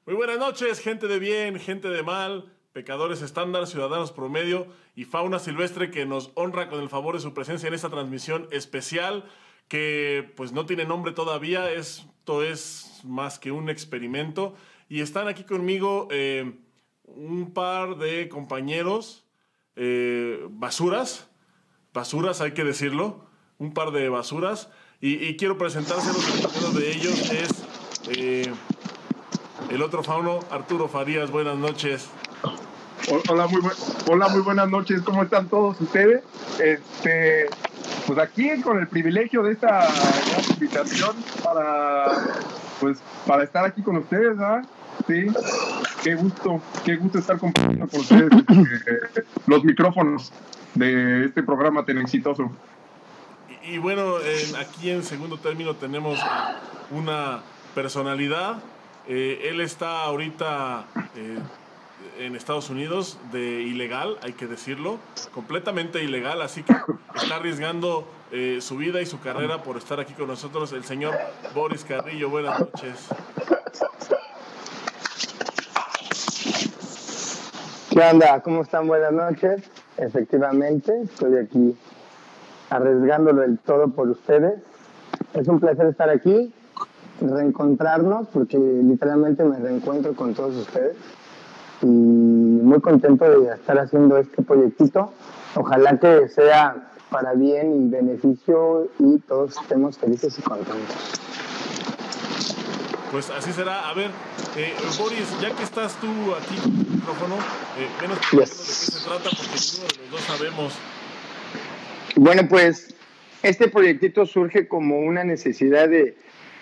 Muy buenas noches, gente de bien, gente de mal, pecadores estándar, ciudadanos promedio y fauna silvestre que nos honra con el favor de su presencia en esta transmisión especial que pues no tiene nombre todavía. Esto es más que un experimento y están aquí conmigo un par de compañeros basuras hay que decirlo, un par de basuras y quiero presentárselos. El primero de ellos es el otro fauno, Arturo Farías. Buenas noches. Hola, muy buenas noches. ¿Cómo están todos ustedes? Pues aquí con el privilegio de esta gran invitación para estar aquí con ustedes, ¿verdad? Sí, qué gusto estar compartiendo con ustedes los micrófonos de este programa tan exitoso. Y bueno, aquí en segundo término tenemos una personalidad. Él está ahorita en Estados Unidos de ilegal, hay que decirlo, completamente ilegal, así que está arriesgando su vida y su carrera por estar aquí con nosotros, el señor Boris Carrillo. Buenas noches. ¿Qué onda? ¿Cómo están? Buenas noches. Efectivamente, estoy aquí arriesgándolo el todo por ustedes. Es un placer estar aquí, reencontrarnos, porque literalmente me reencuentro con todos ustedes. Y muy contento de estar haciendo este proyectito. Ojalá que sea para bien y beneficio y todos estemos felices y contentos. Pues así será. A ver, Boris, ya que estás tú aquí con el micrófono, menos de qué se trata, porque ninguno de los dos sabemos. Bueno, pues este proyectito surge como una necesidad de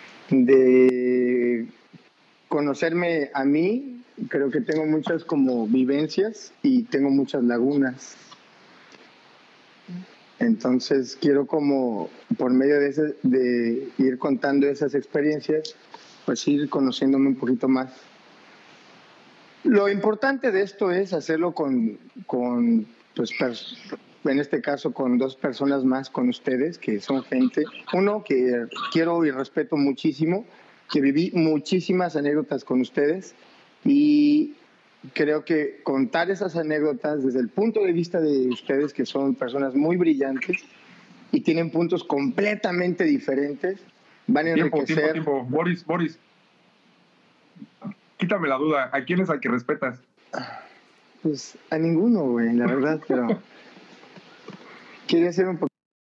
conocerme a mí. Creo que tengo muchas como vivencias y tengo muchas lagunas. Entonces quiero como por medio de ir contando esas experiencias, pues ir conociéndome un poquito más. Lo importante de esto es hacerlo con pues, en este caso con dos personas más, con ustedes, que son gente, uno que quiero y respeto muchísimo, que viví muchísimas anécdotas con ustedes y creo que contar esas anécdotas desde el punto de vista de ustedes, que son personas muy brillantes y tienen puntos completamente diferentes, van a enriquecer. Tiempo. Boris, quítame la duda, ¿a quién es al que respetas? Pues a ninguno, güey, la verdad, pero quería hacer un poco.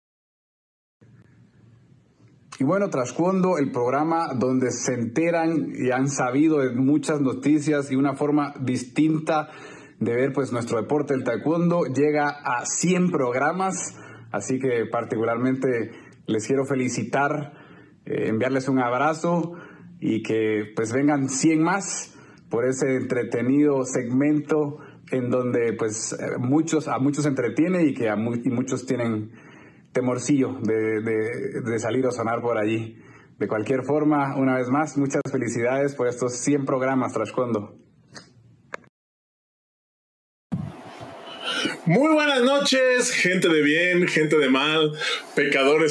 Y bueno, Trasfondo, el programa donde se enteran y han sabido de muchas noticias y una forma distinta de ver pues nuestro deporte, el taekwondo, llega a 100 programas, así que particularmente les quiero felicitar, enviarles un abrazo y que pues vengan 100 más por ese entretenido segmento en donde pues a muchos entretiene y que y muchos tienen temorcillo de salir o sonar por allí. De cualquier forma, una vez más, muchas felicidades por estos 100 programas, Trasfondo. Muy buenas noches, gente de bien, gente de mal, pecadores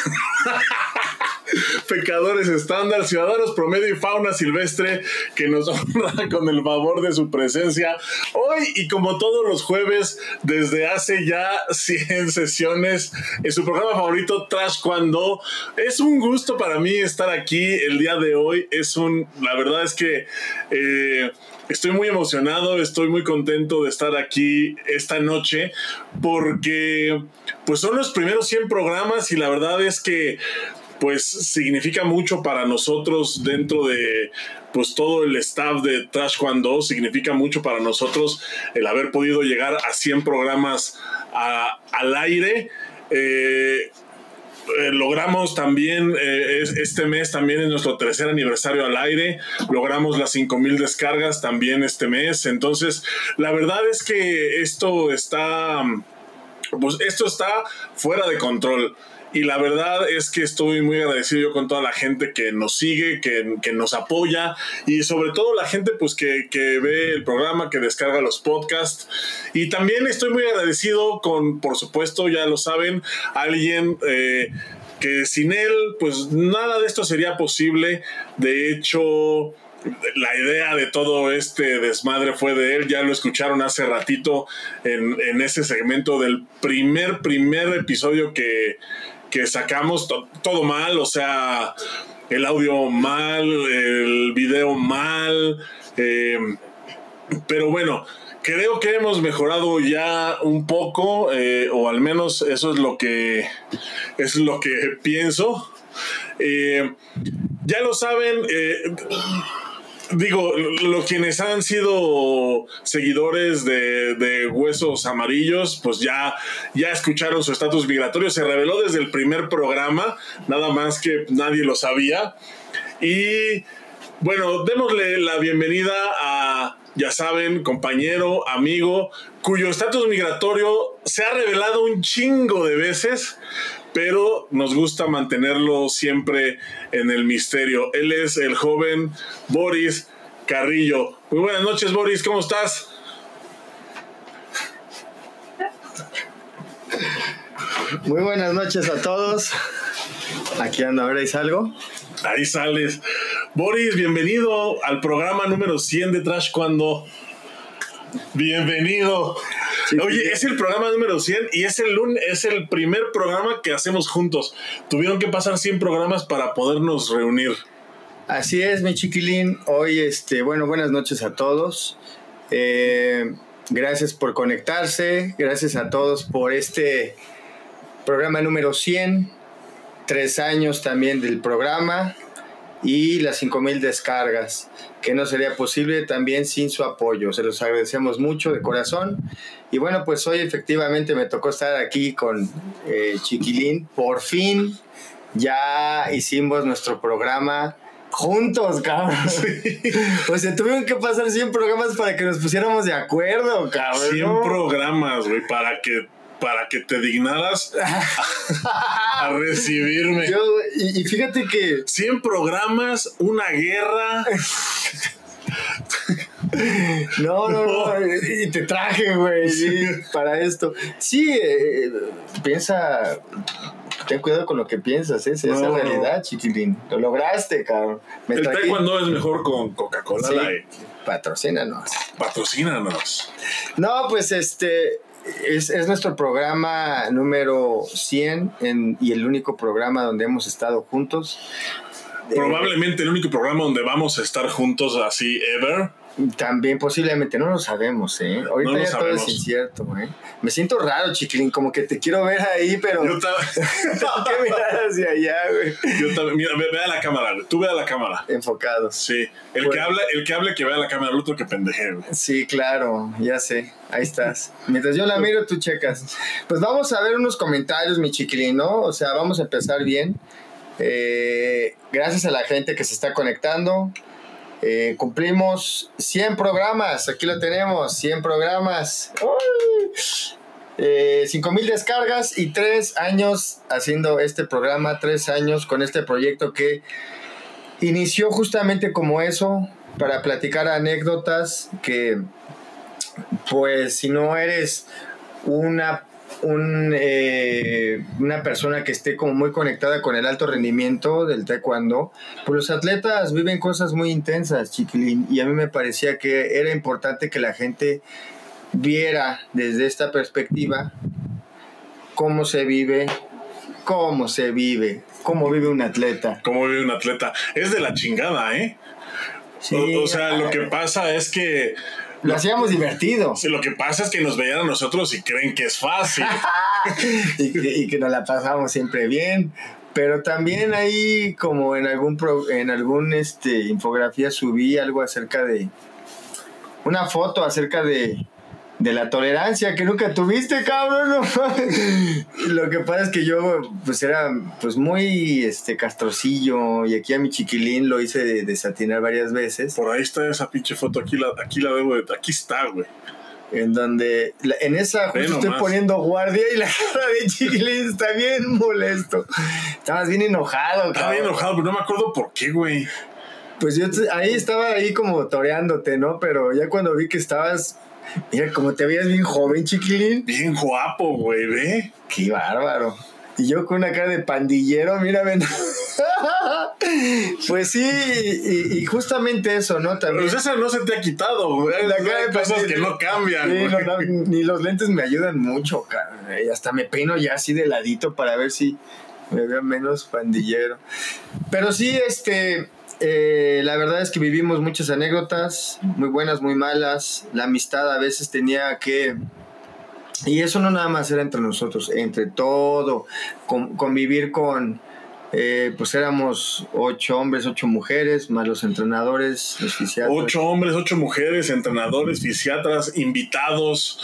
estándar, ciudadanos promedio y fauna silvestre que nos honra con el favor de su presencia hoy y como todos los jueves desde hace ya 100 sesiones en su programa favorito Trash Cuando. Es un gusto para mí estar aquí el día de hoy. La verdad es que estoy muy emocionado, estoy muy contento de estar aquí esta noche porque pues son los primeros 100 programas y la verdad es que pues significa mucho para nosotros dentro de pues todo el staff de Trash Cuando. Significa mucho para nosotros el haber podido llegar a 100 programas al aire. Logramos también, este mes también es nuestro tercer aniversario al aire, logramos las 5,000 descargas también este mes. Entonces la verdad es que esto está fuera de control. Y la verdad es que estoy muy agradecido yo con toda la gente que nos sigue, que nos apoya y sobre todo la gente pues que ve el programa, que descarga los podcasts. Y también estoy muy agradecido con, por supuesto, ya lo saben, alguien que sin él pues nada de esto sería posible. De hecho, la idea de todo este desmadre fue de él. Ya lo escucharon hace ratito en ese segmento del primer episodio que sacamos. Todo mal, o sea, el audio mal, el video mal, pero bueno, creo que hemos mejorado ya un poco, o al menos eso es lo que pienso. Ya lo saben, digo, los quienes han sido seguidores de Huesos Amarillos, pues ya escucharon su estatus migratorio. Se reveló desde el primer programa, nada más que nadie lo sabía. Y bueno, démosle la bienvenida a, ya saben, compañero, amigo, cuyo estatus migratorio se ha revelado un chingo de veces, pero nos gusta mantenerlo siempre en el misterio. Él es el joven Boris Carrillo. Muy buenas noches, Boris, ¿cómo estás? Muy buenas noches a todos. Aquí ando, a ver, ¿ahí salgo? Ahí sales. Boris, bienvenido al programa número 100 de Trash Cuando. Bienvenido. Sí, oye, es el programa número 100 y es el primer programa que hacemos juntos. Tuvieron que pasar 100 programas para podernos reunir. Así es, mi chiquilín. Hoy, bueno, buenas noches a todos. Gracias por conectarse. Gracias a todos por este programa número 100. 3 años también del programa y las 5,000 descargas, que no sería posible también sin su apoyo. Se los agradecemos mucho de corazón. Y bueno, pues hoy efectivamente me tocó estar aquí con Chiquilín. Por fin ya hicimos nuestro programa juntos, cabrón. Sí. O sea, tuvieron que pasar 100 programas para que nos pusiéramos de acuerdo, cabrón. 100 programas, güey, para que te dignaras a recibirme. Y fíjate que 100 programas, una guerra. No, y te traje, güey, sí, para esto. Sí, piensa, ten cuidado con lo que piensas, esa es la realidad, chiquilín. Lo lograste, cabrón. El taekwondo es mejor con Coca-Cola, sí. Light. Patrocínanos. No, pues es nuestro programa número 100 y el único programa donde hemos estado juntos. Probablemente el único programa donde vamos a estar juntos así ever. También posiblemente, no lo sabemos, ahorita no ya todo es incierto, Me siento raro, chiquilín, como que te quiero ver ahí, pero yo tengo que mirar hacia allá, güey. Yo también, mira, ve a la cámara, güey. Tú ve a la cámara. Enfocados. Sí, el que hable que vea la cámara, el otro que pendeje, güey. Sí, claro, ya sé, ahí estás. Mientras yo la miro, tú checas. Pues vamos a ver unos comentarios, mi chiquilín, ¿no? O sea, vamos a empezar bien. Gracias a la gente que se está conectando. Cumplimos 100 programas, aquí lo tenemos, 100 programas, 5,000 descargas y 3 años haciendo este programa, 3 años con este proyecto que inició justamente como eso, para platicar anécdotas que, pues, si no eres una persona que esté como muy conectada con el alto rendimiento del taekwondo, pues los atletas viven cosas muy intensas, chiquilín, y a mí me parecía que era importante que la gente viera desde esta perspectiva cómo vive un atleta. Cómo vive un atleta. Es de la chingada, Sí, o sea, lo que pasa es que lo hacíamos divertido. Sí, lo que pasa es que nos veían a nosotros y creen que es fácil. y que nos la pasamos siempre bien. Pero también ahí, como en algún infografía subí algo acerca de una foto acerca de la tolerancia que nunca tuviste, cabrón. ¿No? Lo que pasa es que yo pues era pues muy castrocillo, y aquí a mi chiquilín lo hice desatinar varias veces. Por ahí está esa pinche foto, aquí la debo de, aquí está, güey. En donde en esa justo estoy poniendo guardia y la cara de chiquilín está bien molesto. Estabas bien enojado, Estaba bien enojado, pero no me acuerdo por qué, güey. Pues yo estaba ahí como toreándote, ¿no? Pero ya cuando vi que estabas... Mira, como te veías bien joven, chiquilín. Bien guapo, güey, ve. Qué bárbaro. Y yo con una cara de pandillero, mírame. Pues sí, y justamente eso, ¿no? También. Pues esa no se te ha quitado, güey. La cara de cosas pandillero. que no cambian, Sí, güey. ni los lentes me ayudan mucho, cara. Y hasta me peino ya así de ladito para ver si me veo menos pandillero. Pero sí, la verdad es que vivimos muchas anécdotas, muy buenas, muy malas. La amistad a veces tenía que... Y eso no nada más era entre nosotros, entre todo, convivir con... pues éramos 8 hombres, 8 mujeres, más los entrenadores, los fisiatras. 8 hombres, 8 mujeres, entrenadores, fisiatras, invitados,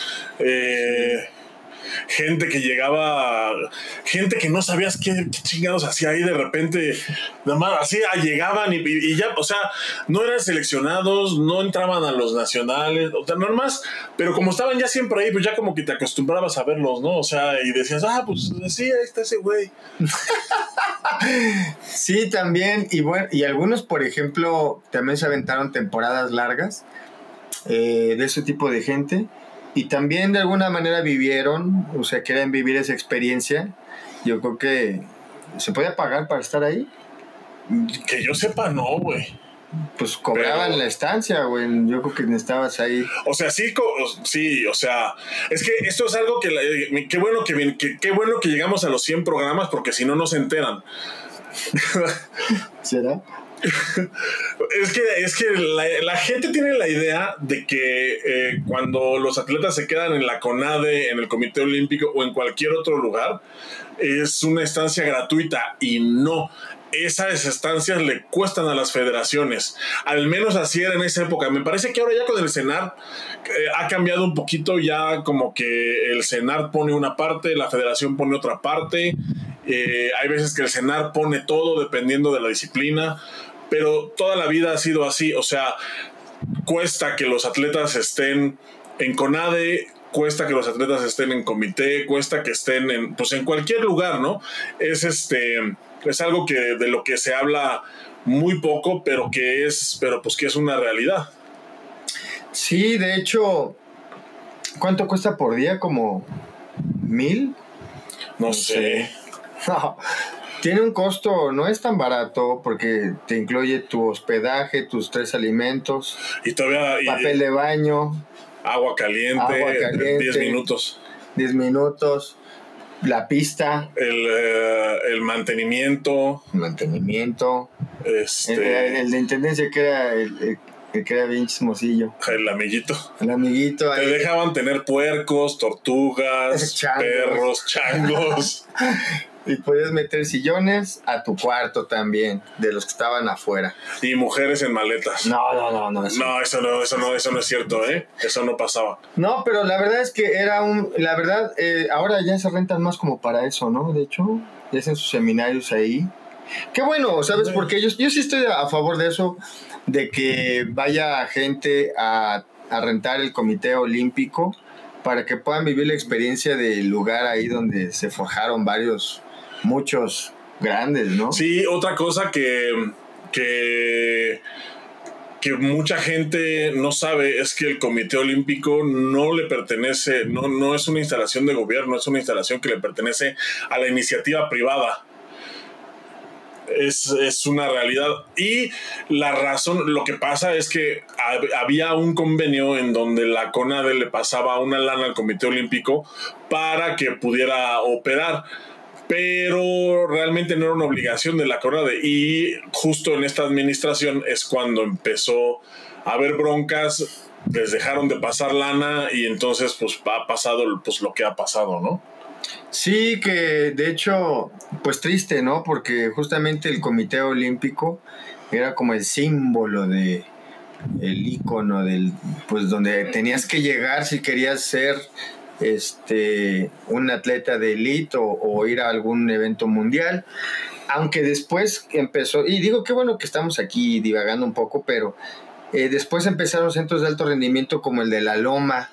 gente que llegaba, gente que no sabías qué chingados hacía ahí de repente, nada más así llegaban y ya, o sea, no eran seleccionados, no entraban a los nacionales, o sea, no más, pero como estaban ya siempre ahí, pues ya como que te acostumbrabas a verlos, ¿no? O sea, y decías, pues sí, ahí está ese güey. Sí, también, y bueno, y algunos, por ejemplo, también se aventaron temporadas largas de ese tipo de gente. Y también de alguna manera vivieron, o sea, querían vivir esa experiencia. Yo creo que se puede pagar para estar ahí. Que yo sepa, no, güey. Pues cobraban Pero... la estancia, güey. Yo creo que estabas ahí. O sea, sí, o sea, es que esto es algo que qué bueno qué bueno que llegamos a los 100 programas, porque si no se enteran. ¿Será? Es que la gente tiene la idea de que cuando los atletas se quedan en la CONADE, en el Comité Olímpico o en cualquier otro lugar, es una estancia gratuita, y no. Esas estancias le cuestan a las federaciones. Al menos así era en esa época. Me parece que ahora ya con el CENAR ha cambiado un poquito. Ya como que el CENAR pone una parte, la federación pone otra parte. Hay veces que el CENAR pone todo dependiendo de la disciplina. Pero toda la vida ha sido así. O sea, cuesta que los atletas estén en CONADE, cuesta que los atletas estén en comité, cuesta que estén en cualquier lugar, ¿no? Es algo que de lo que se habla muy poco, pero que es una realidad. Sí, de hecho, ¿cuánto cuesta por día? ¿Como 1,000? No sé. No, tiene un costo, no es tan barato, porque te incluye tu hospedaje, tus 3 alimentos, y todavía papel de baño, agua caliente, 10 minutos. 10 minutos, la pista, el mantenimiento. El de intendencia, que era el que era bien chismosillo. El amiguito. Te ahí dejaban tener puercos, tortugas, perros, changos. Y podías meter sillones a tu cuarto también, de los que estaban afuera. Y mujeres en maletas. No. Eso no es cierto, ¿eh? Eso no pasaba. No, pero la verdad es que la verdad, ahora ya se rentan más como para eso, ¿no? De hecho, ya hacen sus seminarios ahí. Qué bueno, ¿sabes? Porque yo sí estoy a favor de eso, de que vaya gente a rentar el Comité Olímpico para que puedan vivir la experiencia del lugar ahí donde se forjaron muchos grandes, ¿no? Sí, otra cosa que mucha gente no sabe es que el Comité Olímpico no le pertenece, no es una instalación de gobierno, es una instalación que le pertenece a la iniciativa privada. Es una realidad. Y la razón, lo que pasa es que había un convenio en donde la CONADE le pasaba una lana al Comité Olímpico para que pudiera operar, pero realmente no era una obligación de la CONADE. Y justo en esta administración es cuando empezó a haber broncas, les dejaron de pasar lana, y entonces pues ha pasado lo que ha pasado, ¿no? Sí, que de hecho, pues triste, ¿no? Porque justamente el Comité Olímpico era como el símbolo el ícono pues donde tenías que llegar si querías ser un atleta de élite o ir a algún evento mundial. Aunque después empezó, y digo qué bueno que estamos aquí divagando un poco, pero después empezaron centros de alto rendimiento como el de La Loma,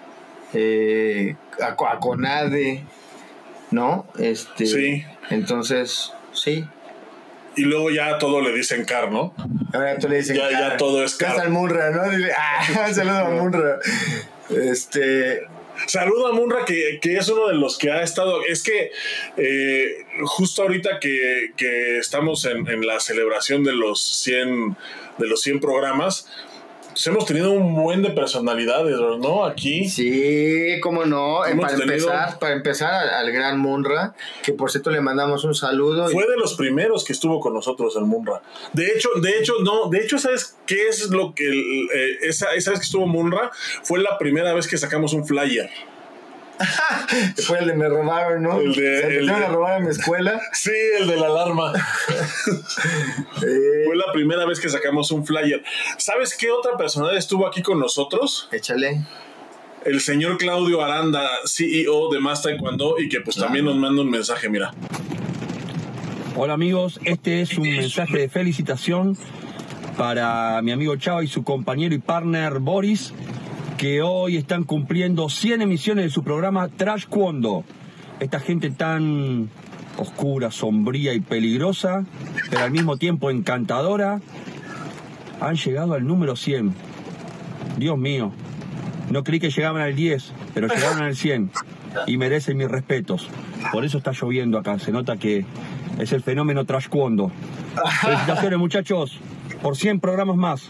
a CONADE, ¿no? Sí. Entonces, sí. Y luego ya todo le dicen CAR, ¿no? Ahora tú le dices ya todo es CAR. Casa al Munra, ¿no? Dile, saludo a Munra. Saludo a Munra, que es uno de los que ha estado. Es que justo ahorita que estamos en la celebración de los 100 programas, pues hemos tenido un buen de personalidades, ¿no? Aquí. Sí, cómo no. Para empezar al gran Munra, que por cierto le mandamos un saludo. Fue de los primeros que estuvo con nosotros el Munra. De hecho, ¿sabes qué es lo que esa vez que estuvo Munra? Fue la primera vez que sacamos un flyer. Fue el de me robaron, ¿no? El de a robar a mi escuela. Sí, el de la alarma. Fue la primera vez que sacamos un flyer. ¿Sabes qué otra personalidad estuvo aquí con nosotros? Échale. El señor Claudio Aranda, CEO de Más Taekwondo, y que pues también nos manda un mensaje, mira. Hola amigos, este es un mensaje de felicitación para mi amigo Chava y su compañero y partner Boris, que hoy están cumpliendo 100 emisiones de su programa Trashcuondo. Esta gente tan oscura, sombría y peligrosa, pero al mismo tiempo encantadora, han llegado al número 100. Dios mío, no creí que llegaban al 10, pero llegaron al 100 y merecen mis respetos. Por eso está lloviendo acá, se nota que es el fenómeno Trashcuondo. Felicitaciones muchachos, por 100 programas más.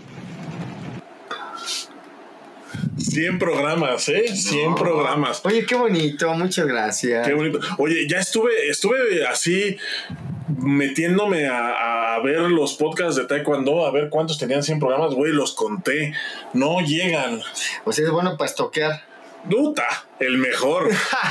100 programas, ¿eh? 100 programas. Oye, qué bonito, muchas gracias. Qué bonito. Oye, ya estuve así metiéndome a ver los podcasts de Taekwondo, a ver cuántos tenían 100 programas, güey, los conté. No llegan. O sea, es bueno para estoquear. Duta, el mejor.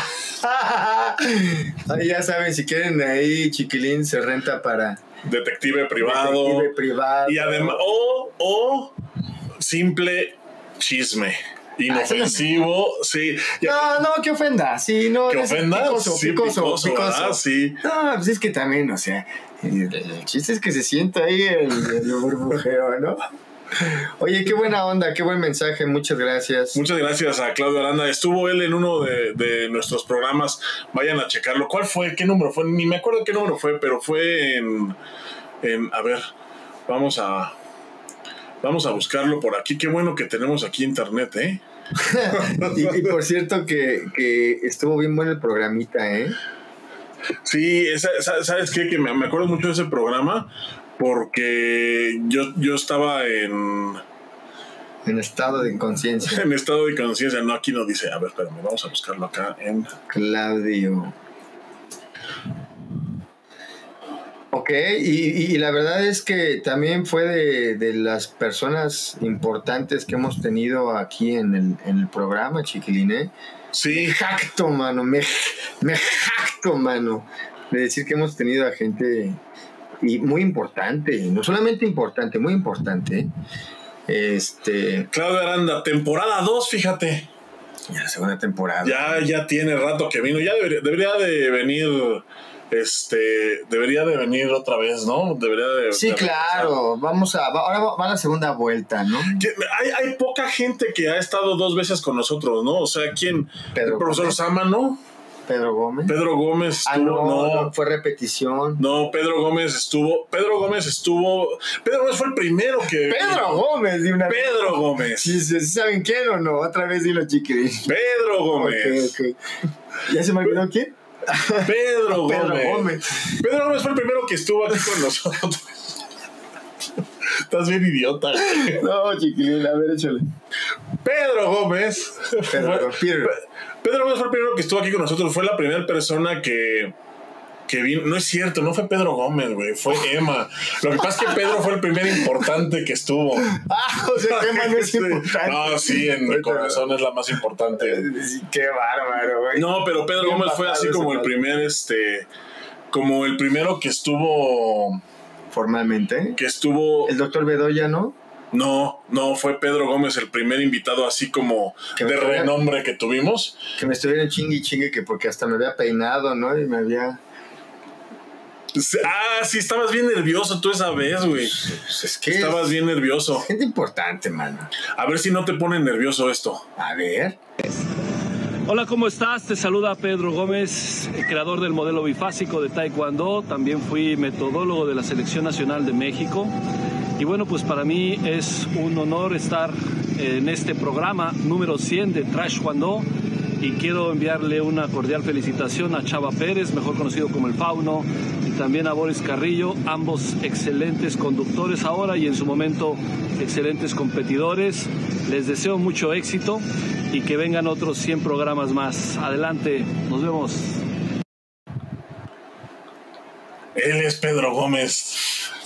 Ahí ya saben, si quieren ahí, Chiquilín se renta para detective privado. Y además, o simple chisme. Inofensivo, sí. No, que ofenda, sí, no. ¿Que ofenda? Picoso. Sí. No, pues es que también, o sea, el chiste es que se sienta ahí el burbujeo, ¿no? Oye, qué buena onda, qué buen mensaje, muchas gracias. Muchas gracias a Claudio Aranda. Estuvo él en uno de nuestros programas, vayan a checarlo. ¿Cuál fue? ¿Qué número fue? Ni me acuerdo qué número fue, pero fue en a ver, vamos a buscarlo por aquí. Qué bueno que tenemos aquí internet, ¿eh? y por cierto que estuvo bien bueno el programita, ¿eh? Sí, ¿sabes qué? Que me acuerdo mucho de ese programa porque yo estaba en estado de inconsciencia. En estado de conciencia. No, aquí no dice. A ver, espérame, vamos a buscarlo acá en Claudio. Ok, y la verdad es que también fue de las personas importantes que hemos tenido aquí en el programa, Chiquilín, ¿eh? Sí. Me jacto, mano, de decir que hemos tenido a gente y muy importante, no solamente importante, muy importante. Claudio Aranda, temporada 2, fíjate. Ya la segunda temporada. Ya tiene rato que vino, ya debería de venir... debería de venir otra vez, ¿no? Sí, claro. Ahora va la segunda vuelta, ¿no? Hay poca gente que ha estado 2 veces con nosotros, ¿no? O sea, ¿quién? Pedro el profesor Gómez. Sama, ¿no? Pedro Gómez. Pedro Gómez estuvo, no, fue repetición. No, Pedro Gómez estuvo. Pedro Gómez fue el primero que. Pedro Gómez, de una Pedro Gómez. Sí, ¿saben quién o no? Otra vez dilo, Chiquilín. Pedro Gómez. Okay. ¿Ya se me olvidó quién? Pedro Gómez. Pedro Gómez fue el primero que estuvo aquí con nosotros. Estás bien idiota. No, Chiquilín, a ver, échale. Pedro Gómez. Pedro Gómez fue el primero que estuvo aquí con nosotros. Fue la primera persona que vino. No es cierto, no fue Pedro Gómez, güey. Fue Emma. Lo que pasa es que Pedro fue el primer importante que estuvo. O sea, que Emma no es importante. No, sí, en mi corazón es la más importante. Qué bárbaro, güey. No, pero Pedro Gómez fue así como el primer, como el primero que estuvo... Formalmente. Que estuvo... El doctor Bedoya, ¿no? No, fue Pedro Gómez el primer invitado así como de renombre que tuvimos. Que me estuvieron chingue que porque hasta me había peinado, ¿no? Y me había... Sí, estabas bien nervioso tú esa vez, güey. Pues es que estabas bien nervioso. Gente importante, mano. A ver si no te pone nervioso esto. A ver. Hola, ¿cómo estás? Te saluda Pedro Gómez, creador del modelo bifásico de Taekwondo. También fui metodólogo de la Selección Nacional de México. Y bueno, pues para mí es un honor estar en este programa número 100 de Trashcuondo. y quiero enviarle una cordial felicitación a Chava Pérez, mejor conocido como el Fauno, y también a Boris Carrillo, ambos excelentes conductores ahora y en su momento excelentes competidores. Les deseo mucho éxito y que vengan otros 100 programas más. Adelante, nos vemos. Él es Pedro Gómez.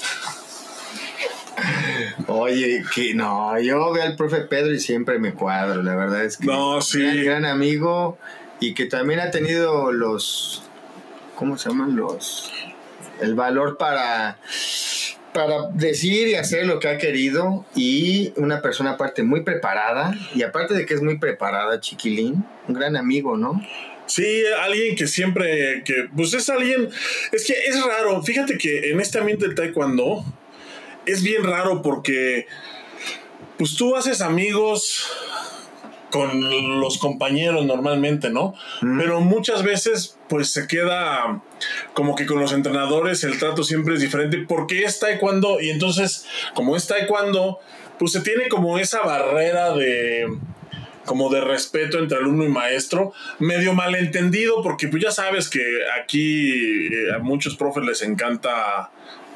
Oye, que no, yo veo al profe Pedro y siempre me cuadro, la verdad es que no, sí. gran amigo y que también ha tenido ¿cómo se llaman? El valor para decir y hacer lo que ha querido, y una persona aparte muy preparada, y aparte de que es muy preparada, chiquilín, un gran amigo, ¿no? Sí, alguien que siempre, pues es alguien, es que es raro, fíjate que en este ambiente del taekwondo es bien raro porque pues tú haces amigos con los compañeros normalmente, ¿no? Pero muchas veces pues se queda como que con los entrenadores el trato siempre es diferente porque es taekwondo, y entonces como es taekwondo pues se tiene como esa barrera de respeto entre alumno y maestro, medio malentendido, porque pues ya sabes que aquí a muchos profes les encanta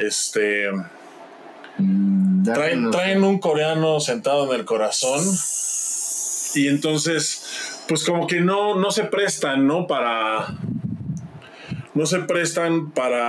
traen un coreano sentado en el corazón, y entonces pues como que no se prestan, ¿no? No se prestan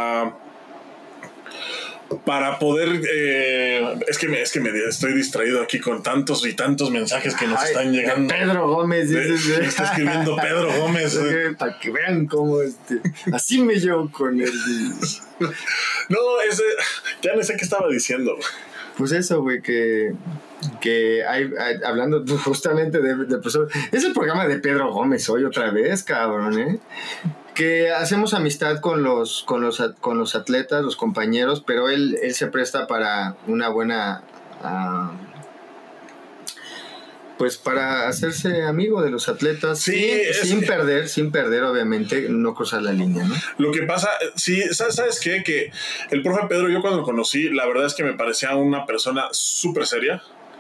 para poder es que me estoy distraído aquí con tantos y tantos mensajes que nos están llegando. Pedro Gómez está escribiendo Pedro Gómez para que vean cómo así me llevo con él. No, ya no sé qué estaba diciendo. Pues eso, güey, que hay hablando justamente de profesor, es el programa de Pedro Gómez hoy otra vez, cabrón, que hacemos amistad con los atletas, los compañeros, pero él se presta para una buena pues para hacerse amigo de los atletas, sí, sin perder obviamente, no cruzar la línea, ¿no? Lo que pasa, sí, ¿sabes qué? Que el profe Pedro, yo cuando lo conocí, la verdad es que me parecía una persona súper seria.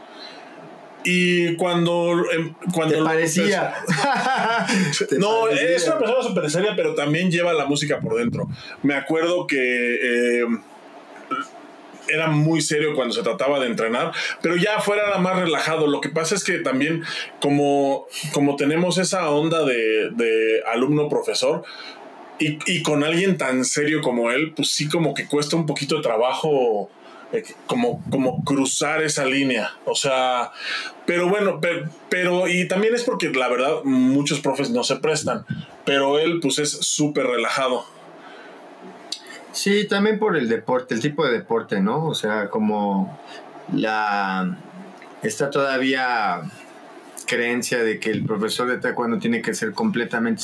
Y cuando ¿Te parecía? No, es una persona súper seria, pero también lleva la música por dentro. Me acuerdo que era muy serio cuando se trataba de entrenar, pero ya afuera era más relajado. Lo que pasa es que también como tenemos esa onda de alumno-profesor, y con alguien tan serio como él, pues sí como que cuesta un poquito de trabajo como cruzar esa línea, o sea, pero bueno, pero y también es porque la verdad muchos profes no se prestan, pero él pues es súper relajado. Sí, también por el deporte, el tipo de deporte, ¿no? O sea, como está todavía creencia de que el profesor de taekwondo tiene que ser completamente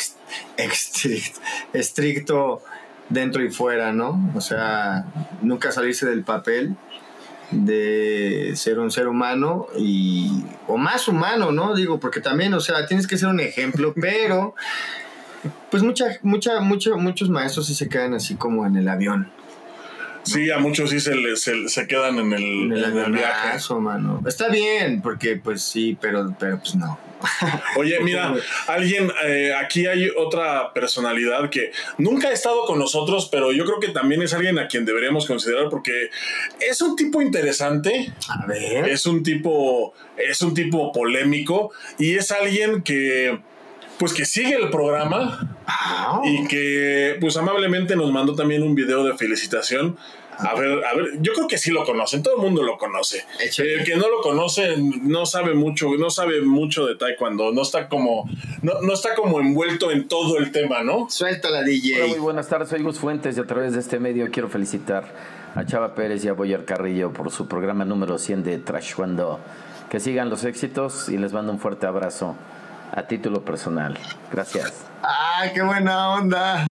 estricto dentro y fuera, ¿no? O sea, nunca salirse del papel de ser un ser humano o más humano, ¿no? Digo, porque también, o sea, tienes que ser un ejemplo, pero pues muchos maestros sí se quedan así como en el avión. Sí, a muchos sí se quedan en el viaje. Mano. Está bien, porque pues sí, pero pues no. Oye, mira, aquí hay otra personalidad que nunca ha estado con nosotros, pero yo creo que también es alguien a quien deberíamos considerar porque es un tipo interesante. A ver. Es un tipo polémico, y es alguien que pues que sigue el programa y que pues amablemente nos mandó también un video de felicitación. A ver, yo creo que sí lo conocen, todo el mundo lo conoce. El que no lo conoce no sabe mucho de taekwondo, no está como envuelto en todo el tema, ¿no? Suéltala, DJ. Hola, muy buenas tardes, soy Gus Fuentes y a través de este medio quiero felicitar a Chava Pérez y a Boyer Carrillo por su programa número 100 de Taekwondo. Que sigan los éxitos y les mando un fuerte abrazo a título personal. Gracias. ¡Ay, qué buena onda!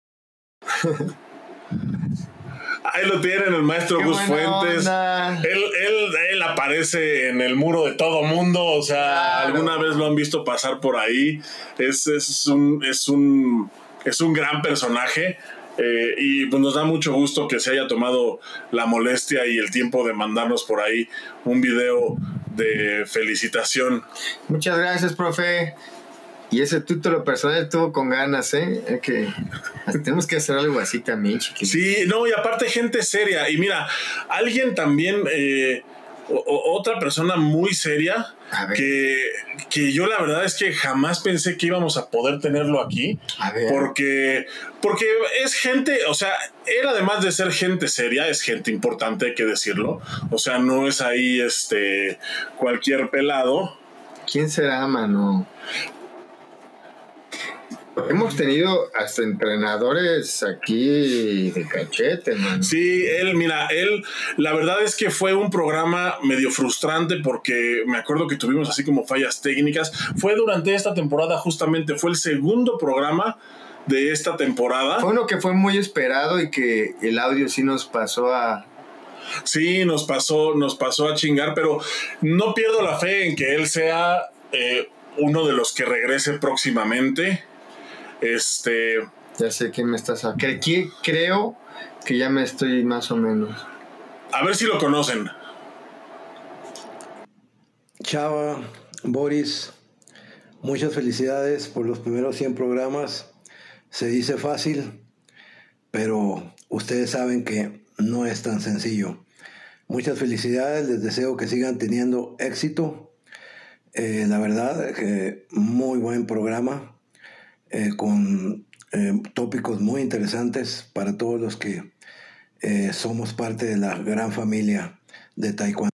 Ahí lo tienen, el maestro Gus Fuentes. Él aparece en el muro de todo mundo, o sea, claro. Alguna vez lo han visto pasar por ahí. Es un gran personaje. Y pues nos da mucho gusto que se haya tomado la molestia y el tiempo de mandarnos por ahí un video de felicitación. Muchas gracias, profe. Y ese título personal estuvo con ganas, que tenemos que hacer algo así también, chiquillos. Sí, no, y aparte gente seria. Y mira, alguien también, otra persona muy seria, que yo la verdad es que jamás pensé que íbamos a poder tenerlo aquí. A ver. Porque es gente, o sea, él además de ser gente seria, es gente importante, hay que decirlo. O sea, no es ahí cualquier pelado. ¿Quién será, mano? Hemos tenido hasta entrenadores aquí de cachete, man. Sí, él, la verdad es que fue un programa medio frustrante porque me acuerdo que tuvimos así como fallas técnicas. Fue durante esta temporada, justamente, fue el segundo programa de esta temporada. Fue uno que fue muy esperado y que el audio sí nos pasó a... Sí, nos pasó a chingar, pero no pierdo la fe en que él sea uno de los que regrese próximamente. Ya sé quién me estás hablando. Creo que ya me estoy más o menos. A ver si lo conocen. Chava, Boris, muchas felicidades por los primeros 100 programas. Se dice fácil, pero ustedes saben que no es tan sencillo. Muchas felicidades, les deseo que sigan teniendo éxito. La verdad, que muy buen programa. Con tópicos muy interesantes para todos los que somos parte de la gran familia de Taekwondo.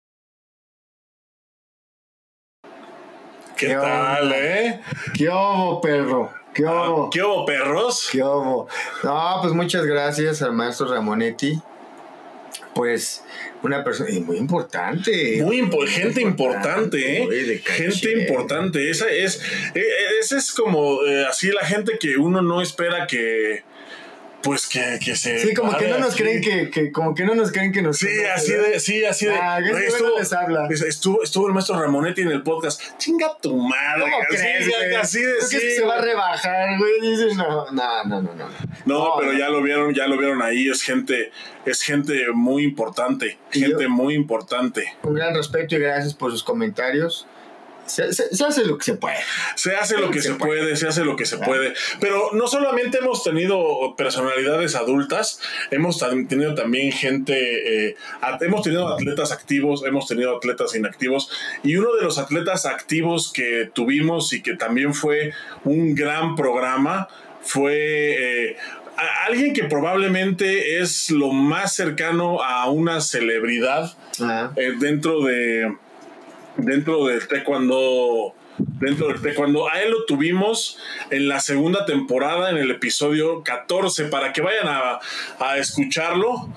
¿Qué tal, ¿Qué hubo, perro? ¿Qué hubo? ¿Qué hubo, perros? ¿Qué hubo? No, pues muchas gracias al maestro Ramonetti. Pues una persona muy importante. Gente importante, gente importante. Esa es como así la gente que uno no espera que se... Sí, como que no nos creen que nos... Sí, así de... Les habla. Estuvo el maestro Ramonetti en el podcast. Chinga tu madre. ¿Cómo crees, güey? Así de... ¿Tú crees que se va a rebajar, güey? Dices, no. No, pero ya lo vieron ahí. Es gente muy importante. Muy importante. Un gran respeto y gracias por sus comentarios. Se hace lo que se puede. Se hace lo que se puede. Pero no solamente hemos tenido personalidades adultas, hemos tenido también gente, hemos tenido atletas activos, hemos tenido atletas inactivos. Y uno de los atletas activos que tuvimos y que también fue un gran programa fue... alguien que probablemente es lo más cercano a una celebridad dentro del taekwondo. A él lo tuvimos en la segunda temporada, en el episodio 14, para que vayan a escucharlo.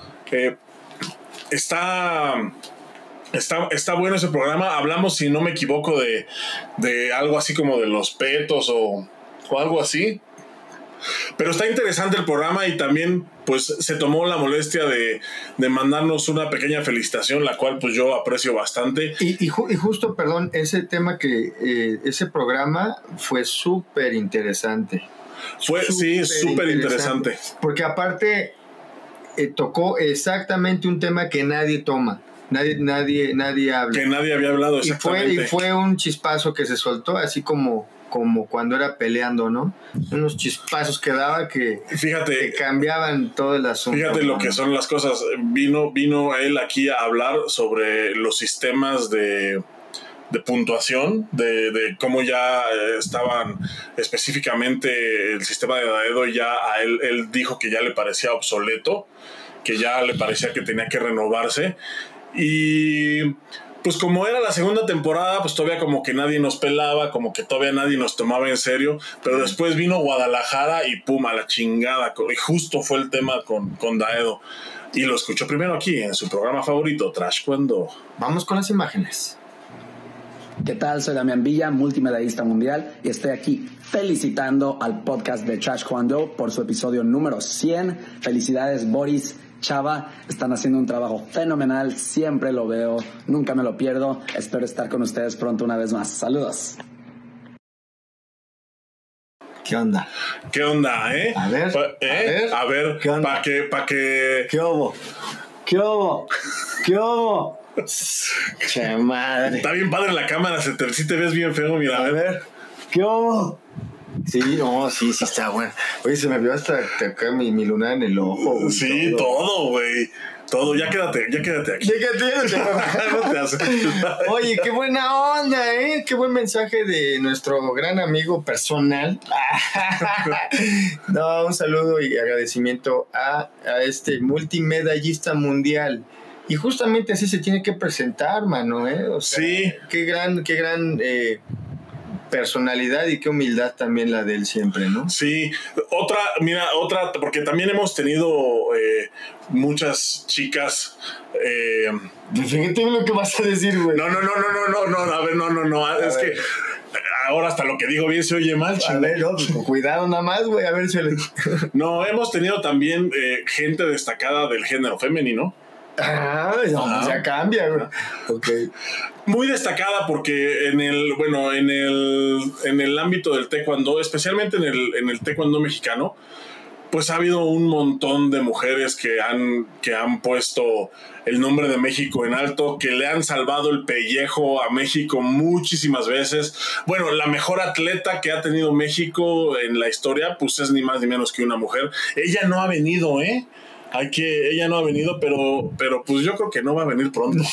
Está bueno ese programa. Hablamos, si no me equivoco, de algo así como de los petos o algo así. Pero está interesante el programa y también pues se tomó la molestia de mandarnos una pequeña felicitación, la cual pues yo aprecio bastante. Y justo, perdón, ese tema ese programa fue súper interesante. Fue, sí, súper interesante. Porque aparte tocó exactamente un tema que nadie toma. Nadie habla. Que nadie había hablado, exactamente. Y fue un chispazo que se soltó, así como cuando era peleando, ¿no? Unos chispazos que daba que cambiaban todo el asunto. Fíjate lo que son las cosas. Vino él aquí a hablar sobre los sistemas de puntuación, de cómo ya estaban específicamente el sistema de Daedo. Ya a él dijo que ya le parecía obsoleto, que ya le parecía que tenía que renovarse. Y pues como era la segunda temporada, pues todavía como que nadie nos pelaba, como que todavía nadie nos tomaba en serio, pero después vino Guadalajara y pum, a la chingada, y justo fue el tema con Daedo, y lo escuchó primero aquí en su programa favorito, Trashcuando. Vamos con las imágenes. ¿Qué tal? Soy Damián Villa, multimedallista mundial, y estoy aquí felicitando al podcast de Trashcuando por su episodio número 100. Felicidades, Boris, Chava, están haciendo un trabajo fenomenal, siempre lo veo, nunca me lo pierdo, espero estar con ustedes pronto una vez más. Saludos. ¿Qué onda? ¿Qué onda, A ver, ¿qué onda? ¿Pa' qué? ¿Qué hubo? ¿Qué hubo? ¿Qué hubo? Che madre. Está bien padre la cámara, sí te ves bien feo, mira. A ver, ¿qué hubo? Sí, no, sí está bueno. Oye, se me vio hasta acá mi lunar en el ojo. Güey, sí, todo, güey. Todo, ya quédate aquí. No te haces. Oye, qué buena onda, ¿eh? Qué buen mensaje de nuestro gran amigo personal. No, un saludo y agradecimiento a este multimedallista mundial. Y justamente así se tiene que presentar, mano, ¿eh? O sea, sí. Qué gran personalidad y qué humildad también la de él siempre, ¿no? Sí, otra, porque también hemos tenido muchas chicas. Fíjate lo que vas a decir, güey. No, a ver, no, es que ahora hasta lo que digo bien se oye mal, a ver, no, pues, cuidado nada más, güey, a ver si le... No, hemos tenido también gente destacada del género femenino. No, ya cambia, güey. Okay. Muy destacada porque en el ámbito del taekwondo, especialmente en el taekwondo mexicano, pues ha habido un montón de mujeres que han puesto el nombre de México en alto, que le han salvado el pellejo a México muchísimas veces. Bueno, la mejor atleta que ha tenido México en la historia, pues es ni más ni menos que una mujer. Ella no ha venido, ella no ha venido, pero pues yo creo que no va a venir pronto.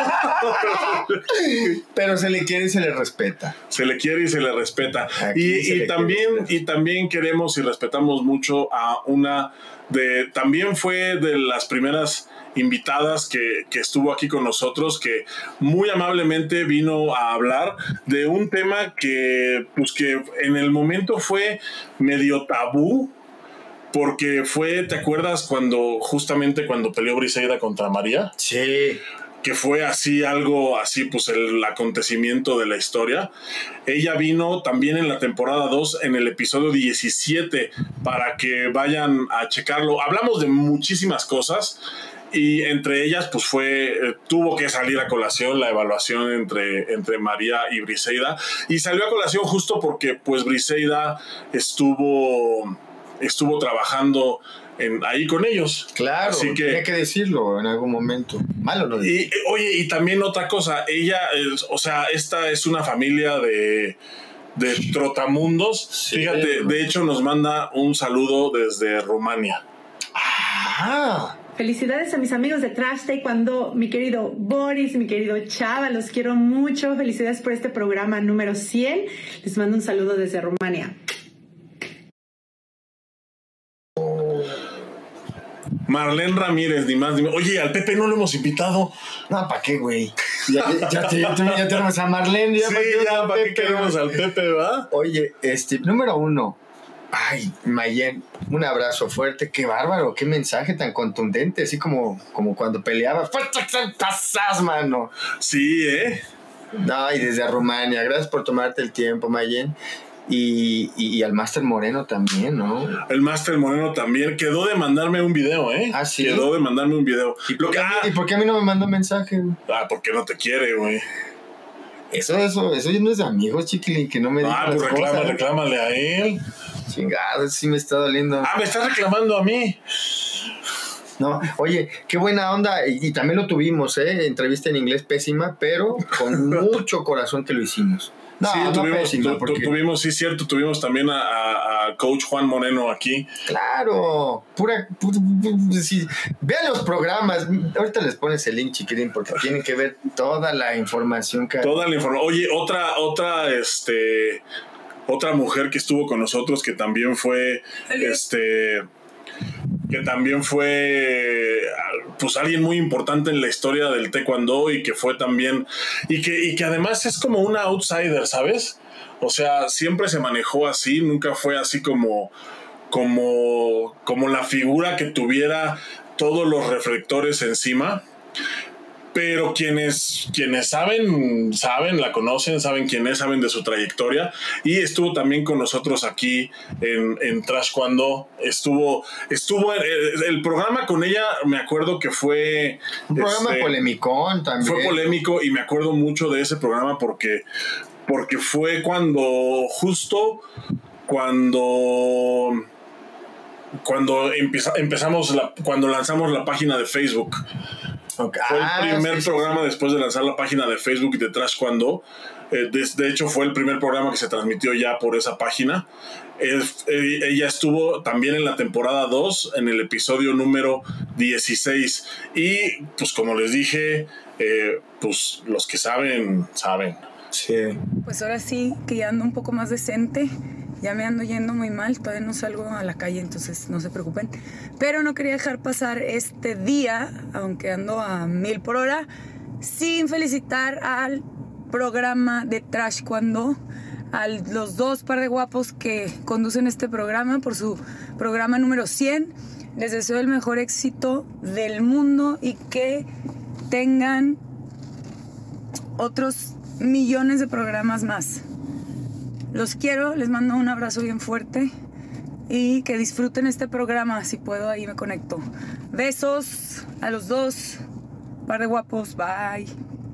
Pero se le quiere y se le respeta. Se le quiere y se le respeta. Y también queremos y respetamos mucho a también fue de las primeras invitadas que estuvo aquí con nosotros, que muy amablemente vino a hablar de un tema que en el momento fue medio tabú. Porque ¿te acuerdas cuando peleó Briseida contra María? Sí. Que fue algo así, pues el acontecimiento de la historia. Ella vino también en la temporada 2, en el episodio 17, para que vayan a checarlo. Hablamos de muchísimas cosas y entre ellas, pues tuvo que salir a colación la evaluación entre María y Briseida. Y salió a colación justo porque, pues, Briseida estuvo trabajando ahí con ellos. Claro, así que tenía que decirlo en algún momento. Malo no decir. Y también otra cosa, ella, esta es una familia de trotamundos. Sí, fíjate, de hecho nos manda un saludo desde Rumania. Felicidades a mis amigos de Trash Taekwondo, mi querido Boris, mi querido Chava, los quiero mucho. Felicidades por este programa número 100. Les mando un saludo desde Rumania. Marlene Ramírez, ni más ni menos. Oye, al Pepe no lo hemos invitado. No, ¿para qué, güey? Ya tenemos a Marlene. ¿Para qué queremos al Pepe, va? Oye, número 1. Ay, Mayen, un abrazo fuerte. Qué bárbaro, qué mensaje tan contundente. Así como cuando peleaba. ¡Pasas, mano! Sí, No, y desde Rumania. Gracias por tomarte el tiempo, Mayen. Y al Máster Moreno también, ¿no? El Máster Moreno también quedó de mandarme un video, ¿Sí? Quedó de mandarme un video. ¿Y por qué a mí no me mandó mensaje? Porque no te quiere, güey. Eso ya no es de amigos, chiquilín, que no me digas pues reclámale a él. Chingado, sí me está doliendo. Me estás reclamando a mí. No, oye, qué buena onda. Y también lo tuvimos, entrevista en inglés pésima, pero con mucho corazón que lo hicimos. No, sí, tuvimos, sí, cierto, tuvimos también a Coach Juan Moreno aquí. Claro, sí. Vean los programas, ahorita les pones el link, chiquirín, porque tienen que ver toda la información que hay. Toda la información. Oye, otra mujer que estuvo con nosotros que también fue, pues alguien muy importante en la historia del taekwondo y que fue también y que además es como una outsider, ¿sabes? O sea, siempre se manejó así, nunca fue así como la figura que tuviera todos los reflectores encima. Pero quienes saben, la conocen, saben quién es, saben de su trayectoria. Y estuvo también con nosotros aquí en Trash Cuando. Estuvo el programa con ella, me acuerdo que fue... Un programa polémicón también. Fue polémico y me acuerdo mucho de ese programa porque fue cuando lanzamos la página de Facebook. Okay. Fue el primer programa después de lanzar la página de Facebook de Trash Cuando. De hecho, fue el primer programa que se transmitió ya por esa página. Ella estuvo también en la temporada 2, en el episodio número 16. Y pues como les dije, pues los que saben. Sí. Pues ahora sí, que ya ando un poco más decente. Ya me ando yendo muy mal, todavía no salgo a la calle, entonces no se preocupen. Pero no quería dejar pasar este día, aunque ando a 1000 por hora, sin felicitar al programa de Trash Cuando, a los 2 par de guapos que conducen este programa por su programa número 100. Les deseo el mejor éxito del mundo y que tengan otros millones de programas más. Los quiero, les mando un abrazo bien fuerte y que disfruten este programa. Si puedo, ahí me conecto. Besos a los 2, par de guapos, bye.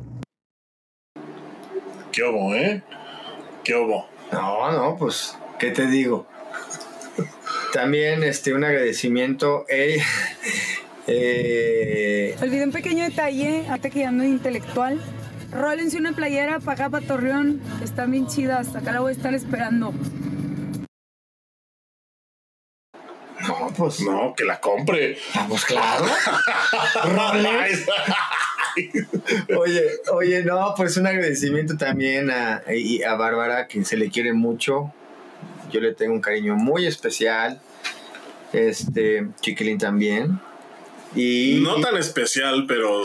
¿Qué hubo, ¿Qué hubo? No, pues, ¿qué te digo? También un agradecimiento. Olvidé un pequeño detalle, hasta que ando intelectual. Rólense una playera para acá, para Torreón. Están bien chidas. Acá la voy a estar esperando. No, pues. No, que la compre. Vamos, claro. Oye, no, pues un agradecimiento también a Bárbara, que se le quiere mucho. Yo le tengo un cariño muy especial. Chiquilín también. No tan especial, pero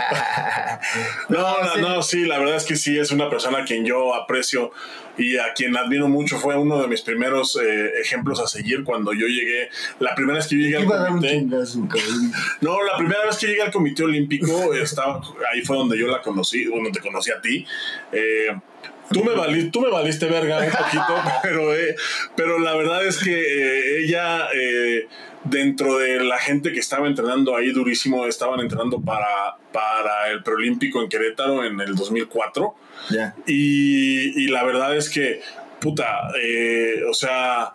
sí, la verdad es que sí, es una persona a quien yo aprecio y a quien admiro mucho. Fue uno de mis primeros ejemplos a seguir cuando yo llegué, la primera vez que yo llegué al comité. No, la primera vez que llegué al Comité Olímpico, ahí fue donde yo la conocí, donde te conocí a ti. Tú me valiste verga un poquito, pero la verdad es que ella, dentro de la gente que estaba entrenando ahí durísimo, estaban entrenando para el preolímpico en Querétaro en el 2004. Yeah. Y la verdad es que, o sea,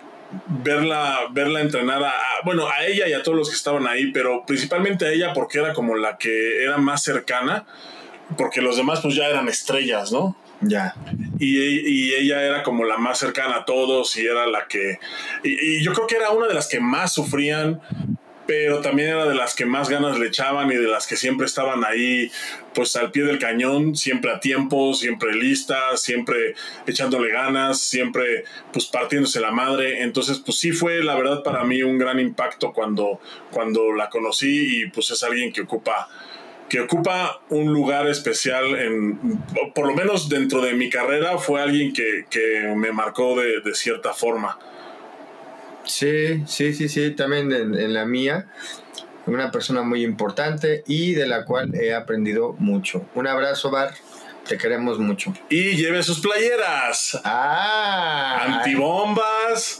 verla entrenar a ella y a todos los que estaban ahí, pero principalmente a ella porque era como la que era más cercana, porque los demás pues ya eran estrellas, ¿no? Ya. Y ella era como la más cercana a todos y era la que... Y yo creo que era una de las que más sufrían, pero también era de las que más ganas le echaban y de las que siempre estaban ahí, pues al pie del cañón, siempre a tiempo, siempre listas, siempre echándole ganas, siempre pues partiéndose la madre. Entonces pues sí fue la verdad para mí un gran impacto cuando la conocí y pues es alguien que ocupa un lugar especial por lo menos dentro de mi carrera. Fue alguien que me marcó de cierta forma. Sí, también en la mía, una persona muy importante y de la cual he aprendido mucho. Un abrazo, Bar, te queremos mucho. Y lleve sus playeras. Antibombas.